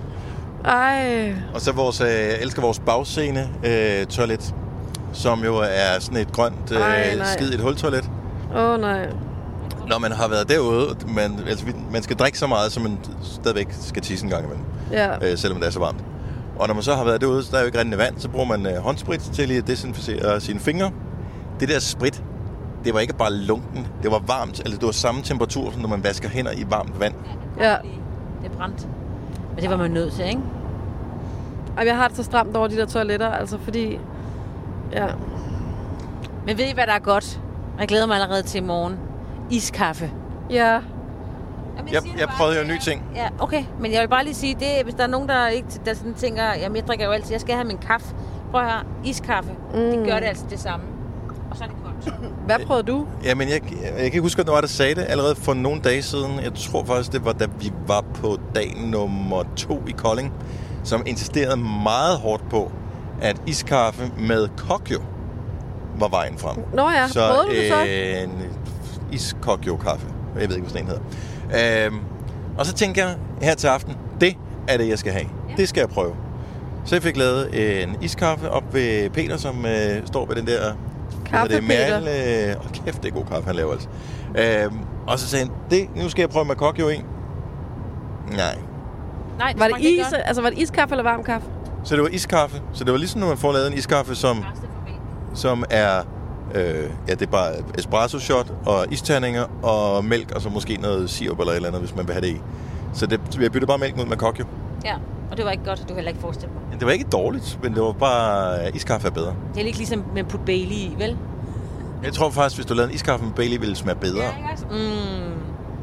Ej. Og så vores, øh, jeg elsker vores bagscene øh, toilet, som jo er sådan et grønt øh, skid i et hultoilet. Åh oh, nej. Når man har været derude, man, altså, man skal drikke så meget, så man stadigvæk skal tisse en gang imellem. Ja. Øh, selvom det er så varmt. Og når man så har været derude, så der er jo ikke rindende vand, så bruger man øh, håndsprit til lige at desinficere sine fingre. Det der sprit, det var ikke bare lunken, det var varmt. Altså det var samme temperatur, som når man vasker hænder i varmt vand. Ja. Det brændte. Men det var man nødt til, ikke? Og jeg har det så stramt over de der toiletter, altså fordi... Ja. Men ved I, hvad der er godt? Jeg glæder mig allerede til i morgen. Iskaffe. Ja. Jamen, jeg jeg, jeg prøvede jo en ny ting. Ja, okay. Men jeg vil bare lige sige, det, hvis der er nogen, der ikke der sådan tænker, jamen jeg drikker jo altid, jeg skal have min kaffe. Prøv at høre, iskaffe. Mm. Det gør det altså det samme. Og så er det koldt. Hvad prøvede du? Jamen, jeg, jeg, jeg kan ikke huske, at der var, der sagde det allerede for nogle dage siden. Jeg tror faktisk, det var, da vi var på dag nummer to i Kolding, som insisterede meget hårdt på, at iskaffe med kokjo var vejen frem. Nå ja, så, prøvede du det så? Øh, en iskokjo-kaffe. Jeg ved ikke, hvad sådan en hedder. Øh, og så tænker jeg her til aften, det er det, jeg skal have. Ja. Det skal jeg prøve. Så jeg fik lavet en iskaffe op ved Peter, som øh, står ved den der... Kaffe, det Peter. Øh, oh, kæft, det er god kaffe, han laver altså. Øh, og så sagde han, det, nu skal jeg prøve med kokjo i. Nej. Nej, det var det is, altså var det iskaffe eller varm kaffe? Så det var iskaffe. Så det var ligesom, når man får lavet en iskaffe, som, som er... Øh, ja, det er bare espresso shot og isterninger og mælk, og så måske noget sirup eller et eller andet, hvis man vil have det i. Så det, jeg byttede bare mælken ud med kokjo. Ja, og det var ikke godt, du kan heller ikke forestille mig. Det var ikke dårligt, men det var bare... Iskaffe er bedre. Det er ikke ligesom med put Bailey i, vel? Jeg tror faktisk, hvis du lavede en iskaffe med Bailey, ville det smage bedre. Ja, ikke også? Mm.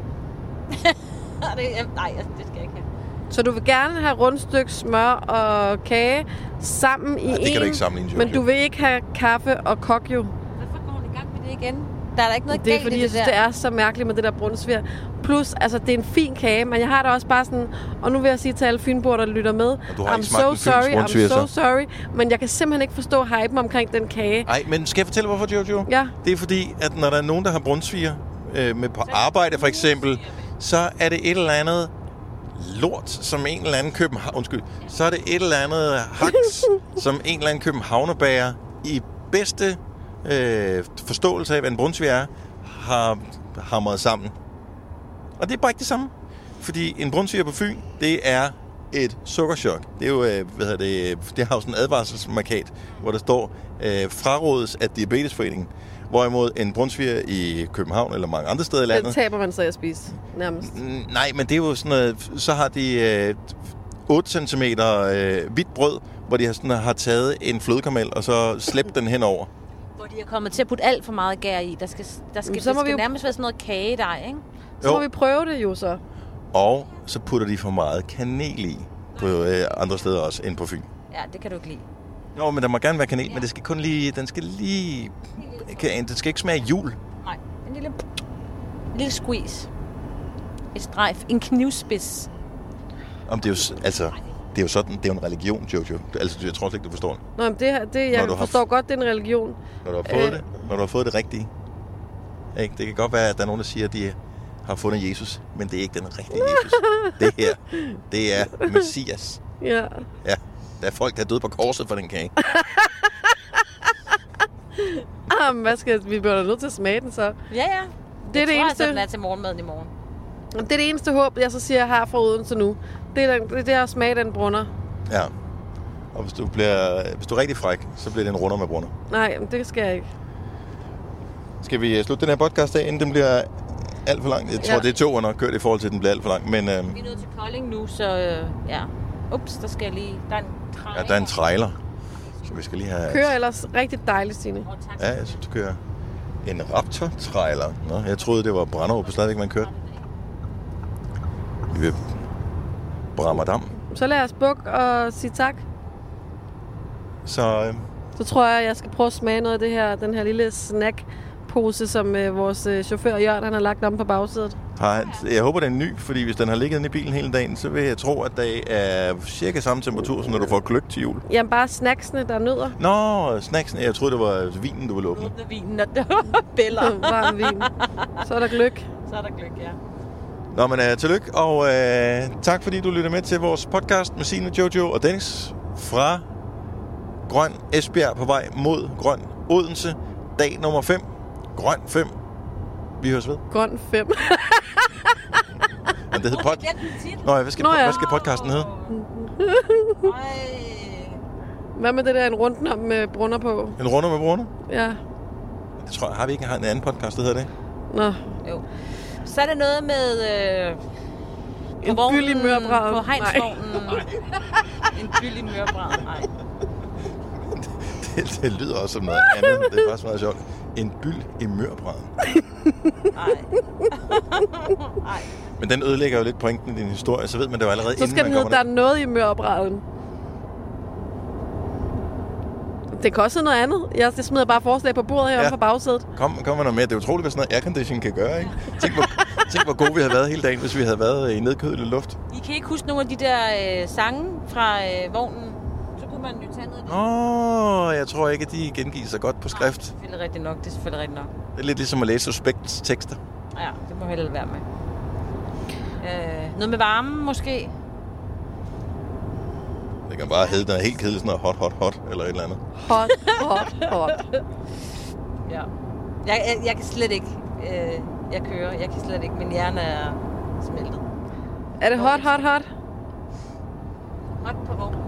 det, nej, det skal jeg ikke have. Så du vil gerne have rundstykke smør og kage sammen i en, Nej, det kan du ikke sammenligne, men du vil ikke have kaffe og kokjo. Hvorfor går hun i gang med det igen? Der er der ikke noget det er galt fordi, i det jeg synes, der. det er så mærkeligt med det der brunsviger. Plus, altså, det er en fin kage, men jeg har da også bare sådan... Og nu vil jeg sige til alle fynboer, der lytter med. Du har I'm ikke smagt so en sorry, fyns brunsviger, I'm so så. sorry. Men jeg kan simpelthen ikke forstå hypen omkring den kage. Nej, men skal jeg fortælle, hvorfor, Jojo? Ja. Det er fordi, at når der er nogen, der har brunsviger øh, med på arbejde, for eksempel, så er det et eller andet lort, som en eller anden københavn... Undskyld. Så er det et eller andet haks, som en eller anden københavnerbager i bedste øh, forståelse af, hvad en brunsviger er, har hamret sammen. Og det er bare ikke det samme. Fordi en brunsviger på Fyn, det er et sukkerchok. Det er jo, øh, hvad hedder det, det har jo sådan en advarselsmarkat, hvor der står, øh, frarådes af Diabetesforeningen. Hvorimod en brunsviger i København eller mange andre steder i landet... Den taber man så at spise, nærmest. N- nej, men det er jo sådan noget... Så har de øh, otte centimeter øh, hvidt brød, hvor de har, sådan, har taget en flødekarmel og så slæbt den henover. Hvor de er kommet til at putte alt for meget gær i. Der skal, der skal, så det må skal vi jo... nærmest være sådan noget kagedej, ikke? Så Jo. må vi prøve det jo så. Og så putter de for meget kanel i på øh, andre steder også end på Fyn. Ja, det kan du ikke lide. Jo, men der må gerne være kanel, men det skal kun lige... Den skal lige... Den skal ikke smage af jul. Nej, en lille, en lille squeeze. Et strejf. En knivspids. Om det er jo, altså, det er jo sådan, det er jo en religion, Jojo. Altså, jeg tror slet ikke, du forstår det. Nå, men det, her- det jeg Når du har forstår f- godt, det er en religion. Når du har fået Øh. det, når du har fået det rigtige. Ikke? Det kan godt være, at der er nogen, der siger, at de har fundet Jesus, men det er ikke den rigtige Jesus. Det her, det er Messias. Ja. Ja, der er folk, der er døde på korset for den kage. Ah, men hvad skal vi bliver da nødt til at smage den så? Ja, ja. Det er jeg det tror, eneste. Altså, den er til morgenmaden i morgen. Det er det eneste håb, jeg så siger, jeg har fra Odense nu. Det er, den, det er det at smage den brunner. Ja. Og hvis du, bliver, hvis du er rigtig fræk, så bliver det en runder med brunner. Nej, det skal jeg ikke. Skal vi slutte den her podcast af, inden den bliver alt for lang? Jeg tror, Ja. det er to under kørt i forhold til, at den bliver alt for lang. Men øh, Vi er nået til Kolding nu, så øh, ja. Ups, der skal jeg lige... Der er en trailer. ja, der er en trailer. Så vi skal lige have... Kører ellers rigtig dejligt, Stine. Ja, jeg synes, du kører en Raptor-trailer. Nå, jeg troede, det var Branderup, på stadigvæk man kørte. Vi vil Brammerdam. Så lad os bukke og sige tak. Så øh, Så tror jeg, jeg skal prøve at smage noget af det her, den her lille snackpose, som øh, vores øh, chauffør Jørgen han har lagt om på bagsædet. har han, jeg håber, det er en ny, fordi hvis den har ligget inde i bilen hele dagen, så vil jeg tro, at det er cirka samme temperatur, som når du får gløgg til jul. Jamen bare snacksene, der er nødder. Nå, snacksen. Jeg troede, det var vinen, du ville åbne. Åbne vinen, og det var bæller. Varm vin. Så er der gløgg. Så er der gløgg, ja. Nå, men uh, tillykke, og uh, tak fordi du lytter med til vores podcast med Signe, Jojo og Dennis fra Grøn Esbjerg på vej mod Grøn Odense. Dag nummer fem. Grøn fem. Vi høres ved. Grøn fem. Men det hedder pod... Nå, ja, hvad skal, Nå, ja. hvad skal podcasten hedde? Hvad med det der en runden med brunner på? En runde med brunner? Ja. Det tror jeg. Har vi ikke en anden podcast, der hedder det? Nå. Jo. Så er det noget med... Øh, En byld i mørbraden. På Heinzvognen. En byld i mørbraden, nej. Det, det lyder også som noget andet. Det er faktisk meget sjovt. En byld i mørbraden. Nej. Men den ødelægger jo lidt pointen i din historie, så ved man det jo allerede, Så inden skal man den hedde, kommer der er noget i mørbraden. Det kan også hedde noget andet. Jeg det smider bare forslag på bordet her Ja. fra bagsædet. Kom, kom med noget mere. Det er utroligt, hvad sådan noget aircondition kan gøre, ikke? Tænk, hvor, tænk, hvor gode vi havde været hele dagen, hvis vi havde været i nedkølet luft. I kan ikke huske nogle af de der øh, sange fra øh, vognen. Så kunne man jo tage noget af det. Åh, oh, jeg tror ikke, at de gengiver sig godt på skrift. Det er selvfølgelig rigtigt nok. Det er selvfølgelig rigtigt nok. Det er lidt ligesom at læse suspekts tekster. Ja, det må heller være med. Øh, noget med varme, måske? Det kan bare hedde noget helt kedeligt, sådan noget hot, hot, hot, eller et eller andet. Hot, hot, hot. Ja. Jeg, jeg, jeg kan slet ikke... Øh, jeg kører. Jeg kan slet ikke. Min hjerne er smeltet. Er det hot, hot, hot? Hot på vognen.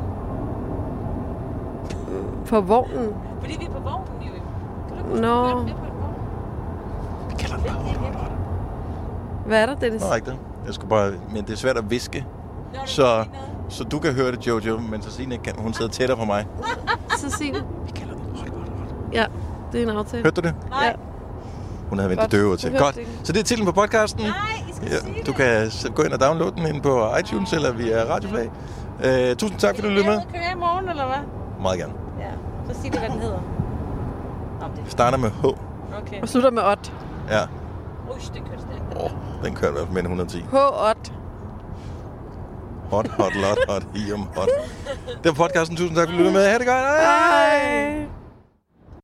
På vognen? Fordi vi er på vognen, jo. Kan du huske, Nå. vi kørte med på en vogn? Vi kalder den bare hot, hot, hot. Hvad er der, Dennis? Nå, ikke det. Jeg skulle bare... Men det er svært at viske. Så, så du kan høre det, Jojo, men så Signe ikke kan. Hun sidder tættere på mig. Så sig det. Vi kalder den hot, hot, hot. Ja. Det er en aftale. Hørte du det? Nej. Ja. Hun havde ventet døve til. Godt. Så det er titlen på podcasten. Nej, I skal ja, sige du kan gå ind og downloade den ind på iTunes eller via Radioplay. Uh, tusind tak, fordi du lyttede med. Kører jeg i morgen, eller hvad? Meget gerne. Ja, så sig det, hvad den hedder. Om det. Starter med H. Okay. Og slutter med Ot. Ja. Ush, det kører stærkt. Åh, oh, den kører i hvert fald med en et hundrede og ti. H-Ot. Hot, hot, lot, hot, i om hot. Det var podcasten. Tusind tak, fordi du lyttede med. Ha' det godt. Hej. Hej.